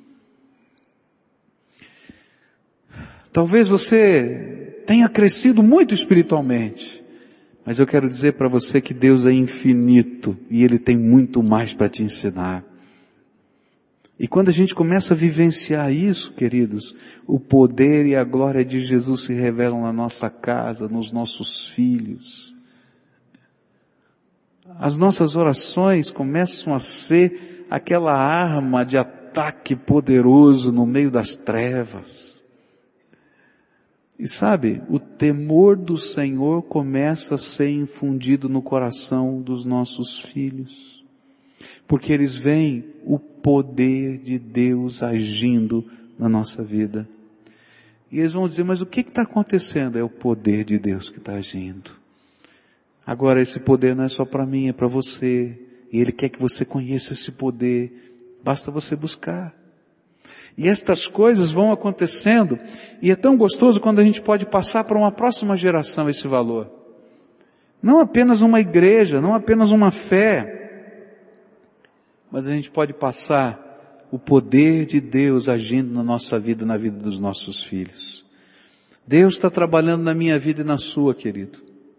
Talvez você tenha crescido muito espiritualmente, mas eu quero dizer para você que Deus é infinito e Ele tem muito mais para te ensinar. E quando a gente começa a vivenciar isso, queridos, o poder e a glória de Jesus se revelam na nossa casa, nos nossos filhos. As nossas orações começam a ser aquela arma de ataque poderoso no meio das trevas. E sabe, o temor do Senhor começa a ser infundido no coração dos nossos filhos. Porque eles veem o poder de Deus agindo na nossa vida. E eles vão dizer, mas o que está acontecendo? É o poder de Deus que está agindo. Agora esse poder não é só para mim, é para você. E Ele quer que você conheça esse poder. Basta você buscar. E estas coisas vão acontecendo, e é tão gostoso quando a gente pode passar para uma próxima geração esse valor. Não apenas uma igreja, não apenas uma fé, mas a gente pode passar o poder de Deus agindo na nossa vida e na vida dos nossos filhos. Deus está trabalhando na minha vida e na sua, querido.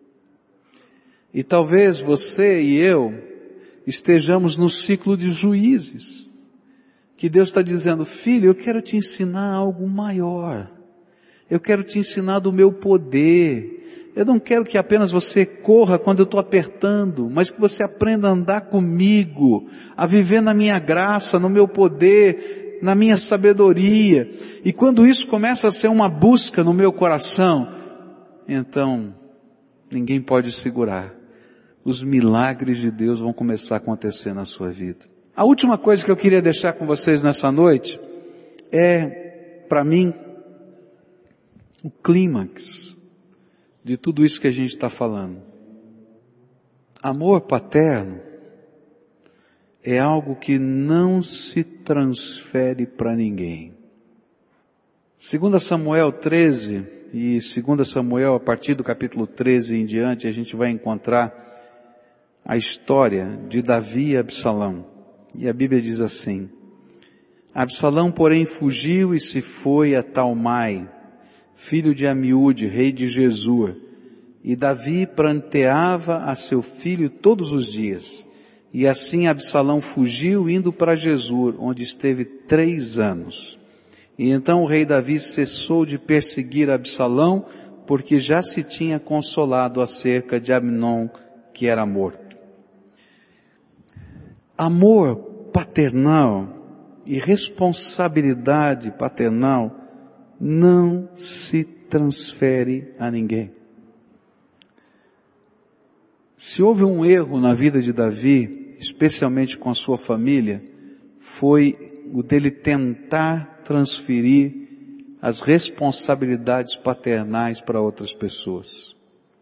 E talvez você e eu estejamos no ciclo de juízes, que Deus está dizendo: filho, eu quero te ensinar algo maior, eu quero te ensinar do meu poder, eu não quero que apenas você corra quando eu estou apertando, mas que você aprenda a andar comigo, a viver na minha graça, no meu poder, na minha sabedoria. E quando isso começa a ser uma busca no meu coração, então ninguém pode segurar. Os milagres de Deus vão começar a acontecer na sua vida. A última coisa que eu queria deixar com vocês nessa noite é, para mim, o clímax de tudo isso que a gente está falando. Amor paterno é algo que não se transfere para ninguém. 2 Samuel 13 e 2 Samuel, a partir do capítulo 13 em diante, a gente vai encontrar a história de Davi e Absalão. E a Bíblia diz assim: Absalão, porém, fugiu e se foi a Talmai, filho de Amiúde, rei de Gesur. E Davi pranteava a seu filho todos os dias. E assim Absalão fugiu, indo para Gesur, onde esteve 3 anos. E então o rei Davi cessou de perseguir Absalão, porque já se tinha consolado acerca de Amnon, que era morto. Amor paternal e responsabilidade paternal não se transfere a ninguém. Se houve um erro na vida de Davi, especialmente com a sua família, foi o dele tentar transferir as responsabilidades paternais para outras pessoas.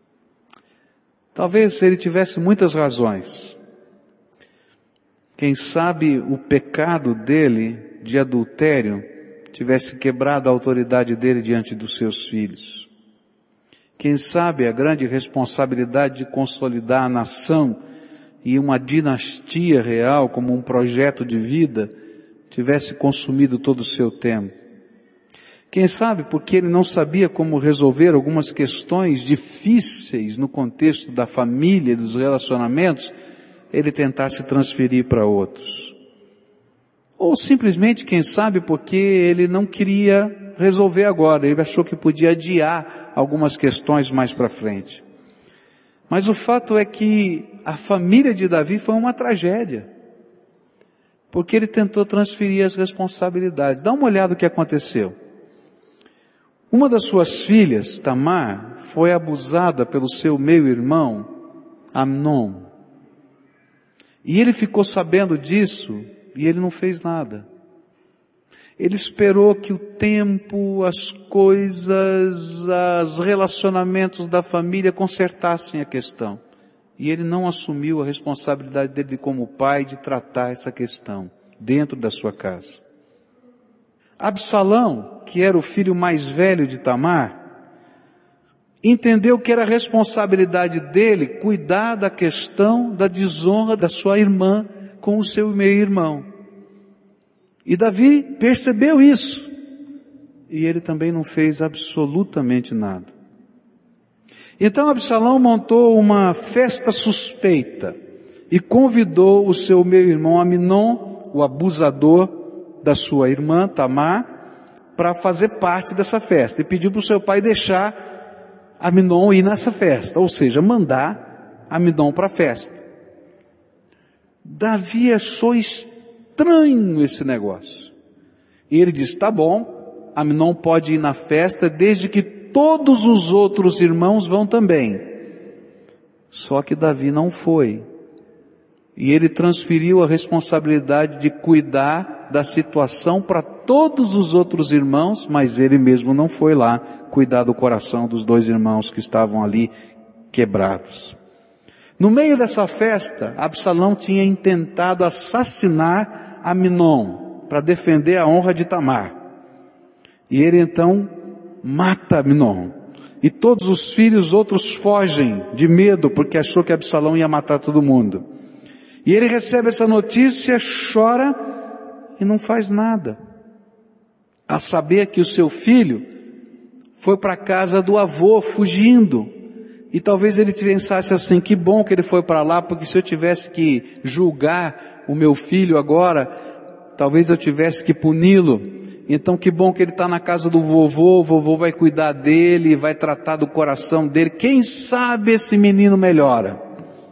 Talvez ele tivesse muitas razões. Quem sabe o pecado dele de adultério tivesse quebrado a autoridade dele diante dos seus filhos. Quem sabe a grande responsabilidade de consolidar a nação e uma dinastia real como um projeto de vida tivesse consumido todo o seu tempo. Quem sabe porque ele não sabia como resolver algumas questões difíceis no contexto da família e dos relacionamentos, ele tentasse transferir para outros. Ou simplesmente, quem sabe, porque ele não queria resolver agora, ele achou que podia adiar algumas questões mais para frente. Mas o fato é que a família de Davi foi uma tragédia, porque ele tentou transferir as responsabilidades. Dá uma olhada no que aconteceu. Uma das suas filhas, Tamar, foi abusada pelo seu meio-irmão, Amnon. E ele ficou sabendo disso e ele não fez nada. Ele esperou que o tempo, as coisas, os relacionamentos da família consertassem a questão. E ele não assumiu a responsabilidade dele como pai de tratar essa questão dentro da sua casa. Absalão, que era o filho mais velho de Tamar, entendeu que era responsabilidade dele cuidar da questão da desonra da sua irmã com o seu meio-irmão. E Davi percebeu isso. E ele também não fez absolutamente nada. Então Absalão montou uma festa suspeita e convidou o seu meio-irmão Amnon, o abusador da sua irmã Tamar, para fazer parte dessa festa. E pediu para o seu pai deixar Amnon ir nessa festa, ou seja, mandar Amnon para a festa. Davi achou estranho esse negócio. E ele disse: tá bom, Amnon pode ir na festa desde que todos os outros irmãos vão também. Só que Davi não foi. E ele transferiu a responsabilidade de cuidar da situação para todos os outros irmãos, mas ele mesmo não foi lá cuidar do coração dos 2 irmãos que estavam ali quebrados. No meio dessa festa, Absalão tinha intentado assassinar Amnon. para defender a honra de Tamar. E ele então mata Amnon. E todos os filhos outros fogem de medo, porque achou que Absalão ia matar todo mundo. E ele recebe essa notícia, chora e não faz nada. A saber que o seu filho foi para a casa do avô, fugindo. E talvez ele pensasse assim, que bom que ele foi para lá, porque se eu tivesse que julgar o meu filho agora, talvez eu tivesse que puni-lo. Então que bom que ele está na casa do vovô, o vovô vai cuidar dele, vai tratar do coração dele. Quem sabe esse menino melhora.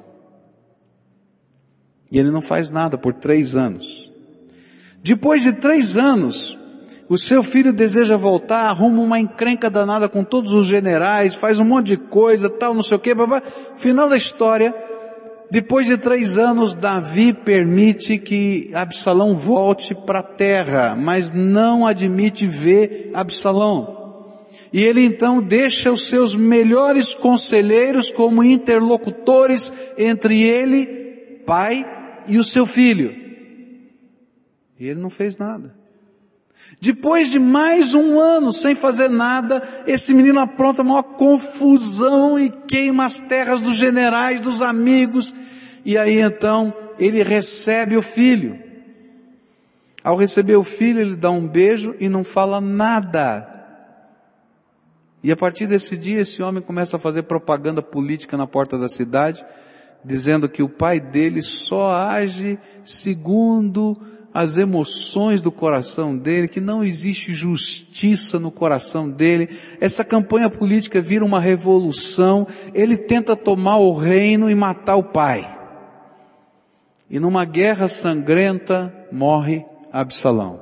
E ele não faz nada por 3 anos. Depois de 3 anos, o seu filho deseja voltar, arruma uma encrenca danada com todos os generais, faz um monte de coisa, tal, não sei o quê, babá. Final da história, depois de 3 anos, Davi permite que Absalão volte para a terra, mas não admite ver Absalão. E ele então deixa os seus melhores conselheiros como interlocutores entre ele, pai, e o seu filho. E ele não fez nada. Depois de mais 1 ano sem fazer nada, esse menino apronta a maior confusão e queima as terras dos generais, dos amigos. E aí então ele recebe o filho. Ao receber o filho, ele dá um beijo e não fala nada. E a partir desse dia, esse homem começa a fazer propaganda política na porta da cidade, dizendo que o pai dele só age segundo as emoções do coração dele, que não existe justiça no coração dele. Essa campanha política vira uma revolução, ele tenta tomar o reino e matar o pai. E numa guerra sangrenta, morre Absalão.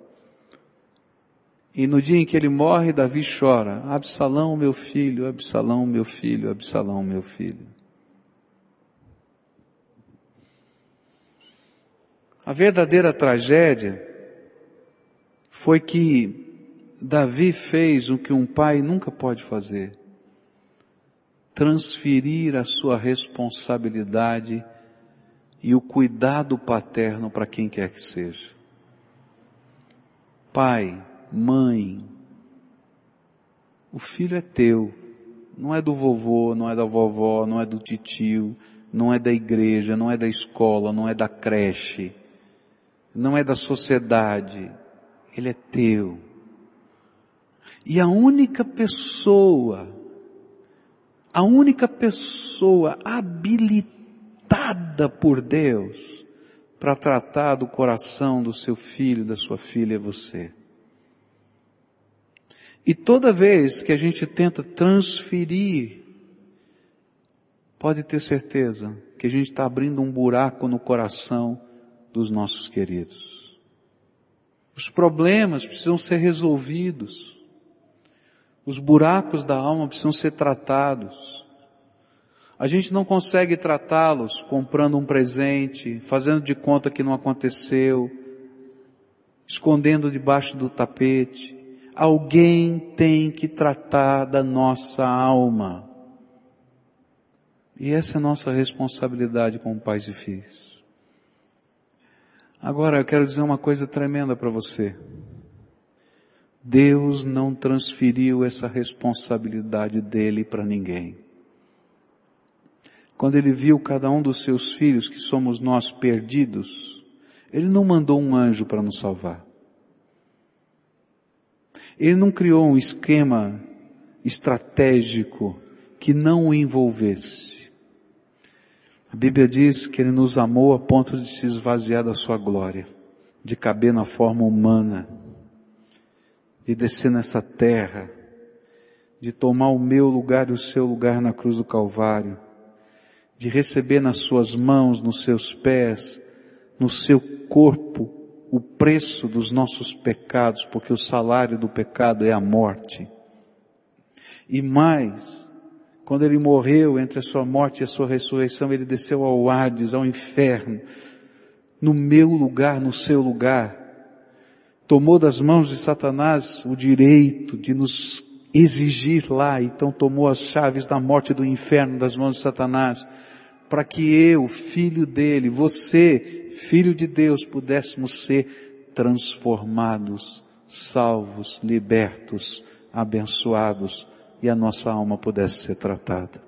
E no dia em que ele morre, Davi chora, Absalão meu filho, Absalão meu filho, Absalão meu filho. A verdadeira tragédia foi que Davi fez o que um pai nunca pode fazer: transferir a sua responsabilidade e o cuidado paterno para quem quer que seja. Pai, mãe, o filho é teu, não é do vovô, não é da vovó, não é do titio, não é da igreja, não é da escola, não é da creche, não é da sociedade, ele é teu. E a única pessoa habilitada por Deus para tratar do coração do seu filho, da sua filha, é você. E toda vez que a gente tenta transferir, pode ter certeza que a gente está abrindo um buraco no coração dos nossos queridos. Os problemas precisam ser resolvidos. Os buracos da alma precisam ser tratados. A gente não consegue tratá-los comprando um presente, fazendo de conta que não aconteceu, escondendo debaixo do tapete. Alguém tem que tratar da nossa alma. E essa é a nossa responsabilidade como pais e filhos. Agora eu quero dizer uma coisa tremenda para você. Deus não transferiu essa responsabilidade dele para ninguém. Quando ele viu cada um dos seus filhos, que somos nós, perdidos, ele não mandou um anjo para nos salvar. Ele não criou um esquema estratégico que não o envolvesse. A Bíblia diz que ele nos amou a ponto de se esvaziar da sua glória, de caber na forma humana, de descer nessa terra, de tomar o meu lugar e o seu lugar na cruz do Calvário, de receber nas suas mãos, nos seus pés, no seu corpo, o preço dos nossos pecados, porque o salário do pecado é a morte. E mais, quando ele morreu, entre a sua morte e a sua ressurreição, ele desceu ao Hades, ao inferno, no meu lugar, no seu lugar. Tomou das mãos de Satanás o direito de nos exigir lá, então tomou as chaves da morte e do inferno das mãos de Satanás, para que eu, filho dele, você, filho de Deus, pudéssemos ser transformados, salvos, libertos, abençoados, e a nossa alma pudesse ser tratada.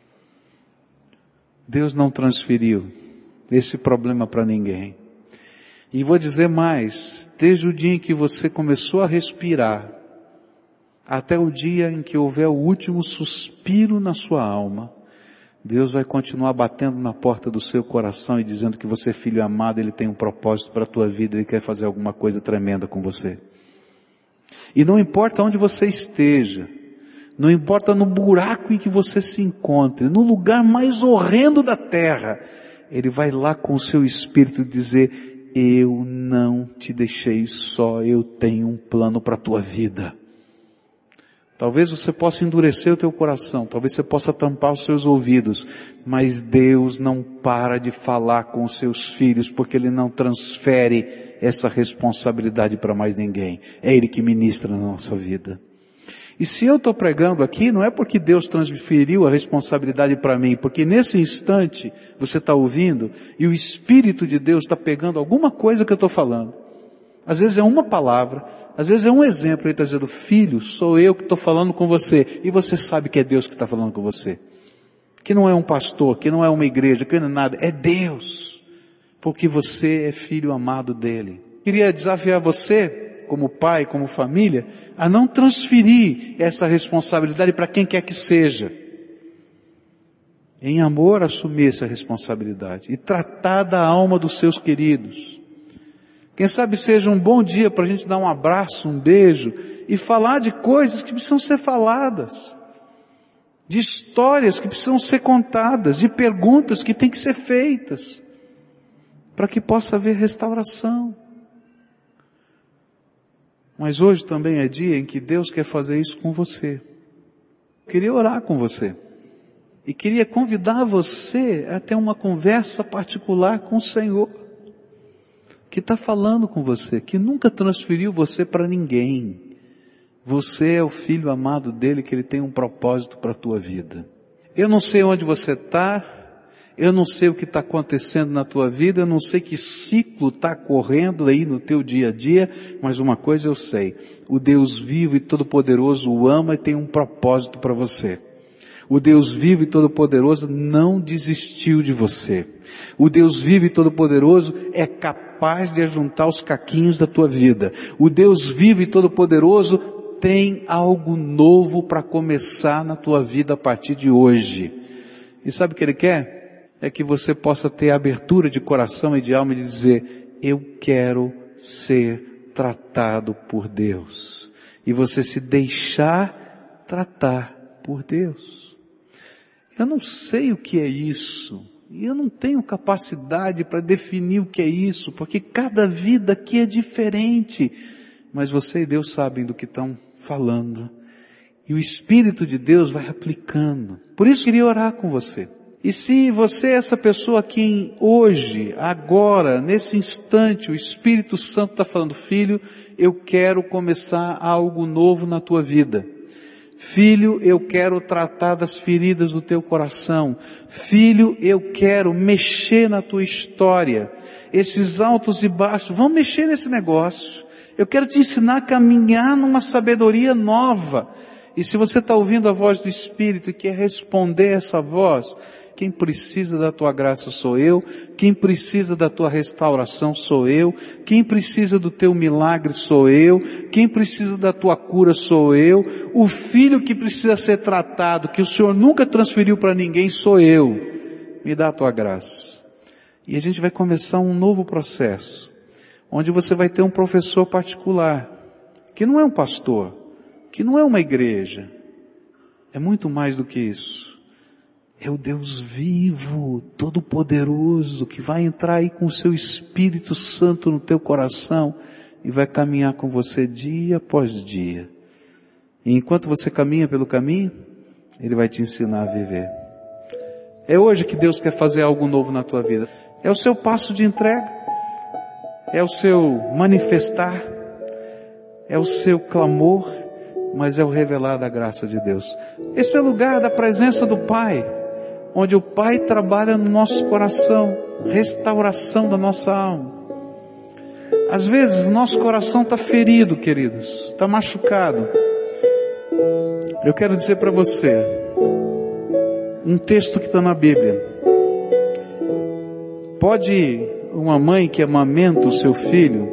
Deus não transferiu esse problema para ninguém. E vou dizer mais, desde o dia em que você começou a respirar, até o dia em que houver o último suspiro na sua alma, Deus vai continuar batendo na porta do seu coração e dizendo que você é filho amado, Ele tem um propósito para a tua vida, Ele quer fazer alguma coisa tremenda com você. E não importa onde você esteja, não importa no buraco em que você se encontre, no lugar mais horrendo da terra, Ele vai lá com o seu espírito dizer, eu não te deixei só, eu tenho um plano para a tua vida. Talvez você possa endurecer o teu coração, talvez você possa tampar os seus ouvidos, mas Deus não para de falar com os seus filhos, porque Ele não transfere essa responsabilidade para mais ninguém. É Ele que ministra na nossa vida. E se eu estou pregando aqui, não é porque Deus transferiu a responsabilidade para mim, porque nesse instante você está ouvindo e o Espírito de Deus está pegando alguma coisa que eu estou falando. Às vezes é uma palavra, às vezes é um exemplo, Ele está dizendo, filho, sou eu que estou falando com você, e você sabe que é Deus que está falando com você. Que não é um pastor, que não é uma igreja, que não é nada, é Deus, porque você é filho amado dEle. Queria desafiar você, como pai, como família, a não transferir essa responsabilidade para quem quer que seja. Em amor, assumir essa responsabilidade e tratar da alma dos seus queridos. Quem sabe seja um bom dia para a gente dar um abraço, um beijo e falar de coisas que precisam ser faladas, de histórias que precisam ser contadas, de perguntas que têm que ser feitas, para que possa haver restauração. Mas hoje também é dia em que Deus quer fazer isso com você. Eu queria orar com você e queria convidar você a ter uma conversa particular com o Senhor, que está falando com você, que nunca transferiu você para ninguém. Você é o filho amado dEle, que Ele tem um propósito para a tua vida. Eu não sei onde você está, eu não sei o que está acontecendo na tua vida, eu não sei que ciclo está correndo aí no teu dia a dia, mas uma coisa eu sei, o Deus vivo e todo-poderoso o ama e tem um propósito para você. O Deus vivo e todo-poderoso não desistiu de você. O Deus vivo e todo-poderoso é capaz de ajuntar os caquinhos da tua vida. O Deus vivo e todo-poderoso tem algo novo para começar na tua vida a partir de hoje. E sabe o que Ele quer? É que você possa ter abertura de coração e de alma e dizer, eu quero ser tratado por Deus. E você se deixar tratar por Deus. Eu não sei o que é isso. E eu não tenho capacidade para definir o que é isso, porque cada vida aqui é diferente. Mas você e Deus sabem do que estão falando. E o Espírito de Deus vai aplicando. Por isso eu queria orar com você. E se você é essa pessoa que hoje, agora, nesse instante, o Espírito Santo está falando, filho, eu quero começar algo novo na tua vida. Filho, eu quero tratar das feridas do teu coração. Filho, eu quero mexer na tua história. Esses altos e baixos, vão mexer nesse negócio. Eu quero te ensinar a caminhar numa sabedoria nova. E se você está ouvindo a voz do Espírito e quer responder essa voz, quem precisa da tua graça sou eu, quem precisa da tua restauração sou eu, quem precisa do teu milagre sou eu, quem precisa da tua cura sou eu, o filho que precisa ser tratado, que o Senhor nunca transferiu para ninguém sou eu, me dá a tua graça. E a gente vai começar um novo processo, onde você vai ter um professor particular, que não é um pastor, que não é uma igreja, é muito mais do que isso. É o Deus vivo, todo-poderoso, que vai entrar aí com o seu Espírito Santo no teu coração e vai caminhar com você dia após dia. E enquanto você caminha pelo caminho, Ele vai te ensinar a viver. É hoje que Deus quer fazer algo novo na tua vida. É o seu passo de entrega, é o seu manifestar, é o seu clamor, mas é o revelar da graça de Deus. Esse é o lugar da presença do Pai, onde o Pai trabalha no nosso coração, restauração da nossa alma. Às vezes nosso coração está ferido, queridos, está machucado. Eu quero dizer para você, um texto que está na Bíblia. Pode uma mãe que amamenta o seu filho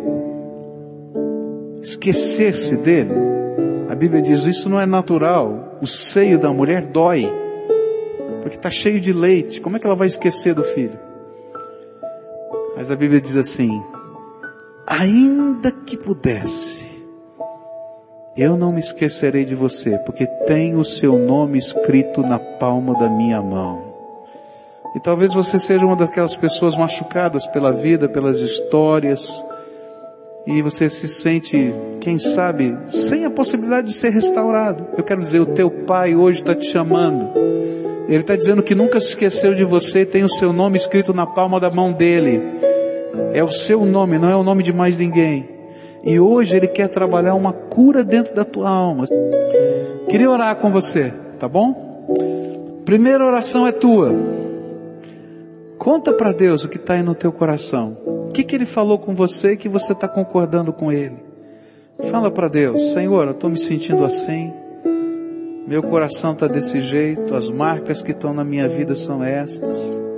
esquecer-se dele? A Bíblia diz, isso não é natural. O seio da mulher dói, porque está cheio de leite. Como é que ela vai esquecer do filho? Mas a Bíblia diz assim, ainda que pudesse, eu não me esquecerei de você, porque tenho o seu nome escrito na palma da minha mão. E talvez você seja uma daquelas pessoas machucadas pela vida, pelas histórias, e você se sente, quem sabe, sem a possibilidade de ser restaurado. Eu quero dizer, o teu pai hoje está te chamando. Ele está dizendo que nunca se esqueceu de você e tem o seu nome escrito na palma da mão dele. É o seu nome, não é o nome de mais ninguém. E hoje Ele quer trabalhar uma cura dentro da tua alma. Queria orar com você, tá bom? Primeira oração é tua. Conta para Deus o que está aí no teu coração. O que Ele falou com você e que você está concordando com Ele. Fala para Deus, Senhor, eu estou me sentindo assim. Meu coração está desse jeito. As marcas que estão na minha vida são estas.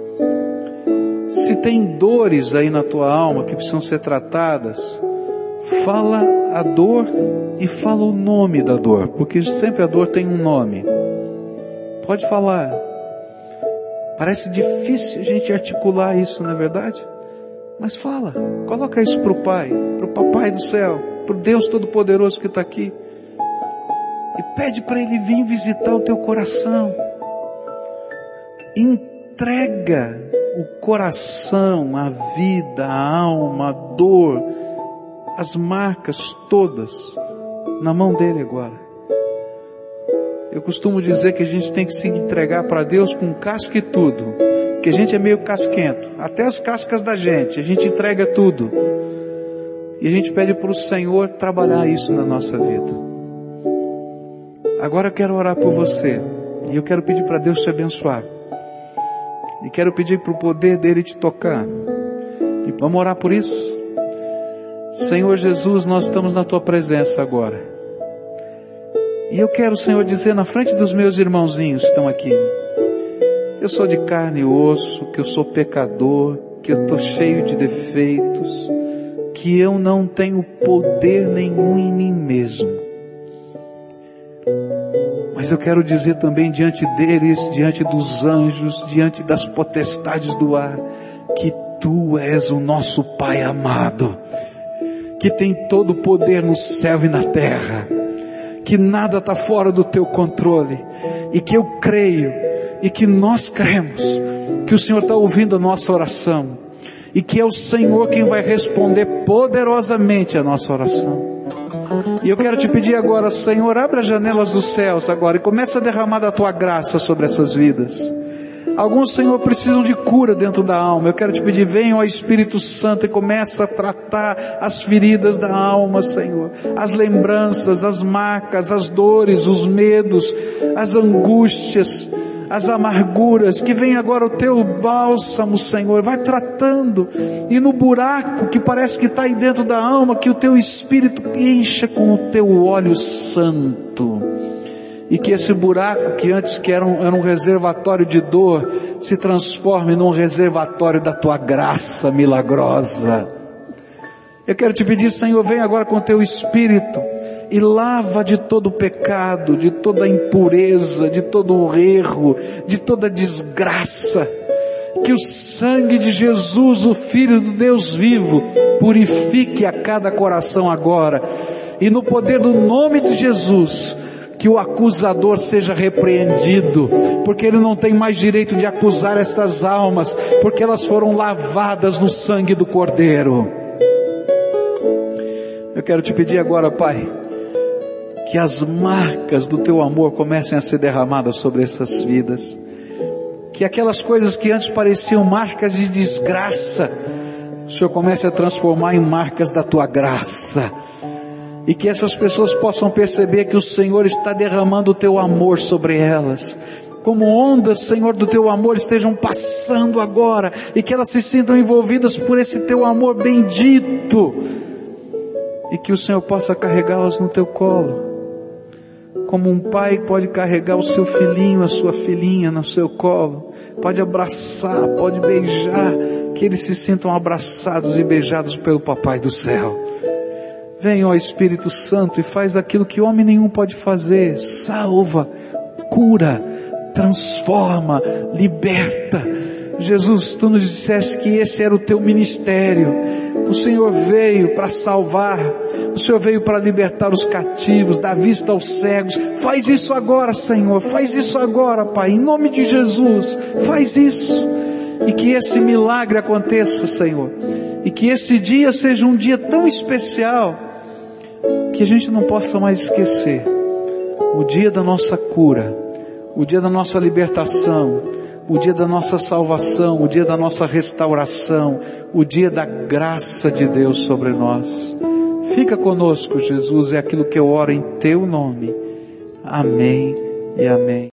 Se tem dores aí na tua alma que precisam ser tratadas, fala a dor e fala o nome da dor, porque sempre a dor tem um nome. Pode falar. Parece difícil a gente articular isso, não é verdade? Mas fala, coloca isso para o Pai, para o Papai do céu, para o Deus Todo-Poderoso que está aqui. E pede para Ele vir visitar o teu coração. Entrega o coração, a vida, a alma, a dor, as marcas todas na mão dele agora. Eu costumo dizer que a gente tem que se entregar para Deus com casca e tudo, porque a gente é meio casquento, até as cascas da gente, a gente entrega tudo, e a gente pede para o Senhor trabalhar isso na nossa vida. Agora eu quero orar por você, e eu quero pedir para Deus te abençoar, e quero pedir para o poder dele te tocar, e vamos orar por isso? Senhor Jesus, nós estamos na tua presença agora. E eu quero, Senhor, dizer na frente dos meus irmãozinhos que estão aqui, eu sou de carne e osso, que eu sou pecador, que eu estou cheio de defeitos, que eu não tenho poder nenhum em mim mesmo. Mas eu quero dizer também diante deles, diante dos anjos, diante das potestades do ar, que Tu és o nosso Pai amado, que tem todo o poder no céu e na terra, que nada está fora do teu controle, e que eu creio, e que nós cremos, que o Senhor está ouvindo a nossa oração, e que é o Senhor quem vai responder poderosamente a nossa oração. E eu quero te pedir agora, Senhor, abre as janelas dos céus agora, e começa a derramar da tua graça sobre essas vidas. Alguns, Senhor, precisam de cura dentro da alma. Eu quero te pedir, venha, ó Espírito Santo, e começa a tratar as feridas da alma, Senhor. As lembranças, as marcas, as dores, os medos, as angústias, as amarguras. Que venha agora o teu bálsamo, Senhor. Vai tratando. E no buraco que parece que está aí dentro da alma, que o teu Espírito encha com o teu óleo santo. E que esse buraco que antes que era um reservatório de dor, se transforme num reservatório da tua graça milagrosa. Eu quero te pedir, Senhor, vem agora com o teu Espírito e lava de todo o pecado, de toda a impureza, de todo o erro, de toda a desgraça. Que o sangue de Jesus, o Filho do Deus vivo, purifique a cada coração agora. E no poder do nome de Jesus, que o acusador seja repreendido, porque ele não tem mais direito de acusar essas almas, porque elas foram lavadas no sangue do Cordeiro. Eu quero te pedir agora, Pai, que as marcas do teu amor comecem a ser derramadas sobre essas vidas, que aquelas coisas que antes pareciam marcas de desgraça, o Senhor comece a transformar em marcas da tua graça. E que essas pessoas possam perceber que o Senhor está derramando o teu amor sobre elas. Como ondas, Senhor, do teu amor estejam passando agora. E que elas se sintam envolvidas por esse teu amor bendito. e que o Senhor possa carregá-las no teu colo, como um pai pode carregar o seu filhinho, a sua filhinha no seu colo, pode abraçar, pode beijar, que eles se sintam abraçados e beijados pelo Papai do céu. Vem, ó Espírito Santo, e faz aquilo que homem nenhum pode fazer: salva, cura, transforma, liberta. Jesus, tu nos disseste que esse era o teu ministério. O Senhor veio para salvar, o Senhor veio para libertar os cativos, dar vista aos cegos. Faz isso agora, Senhor, faz isso agora, Pai, em nome de Jesus, faz isso, e que esse milagre aconteça, Senhor, e que esse dia seja um dia tão especial, que a gente não possa mais esquecer, o dia da nossa cura, o dia da nossa libertação, o dia da nossa salvação, o dia da nossa restauração, o dia da graça de Deus sobre nós. Fica conosco, Jesus, é aquilo que eu oro em teu nome. Amém e amém.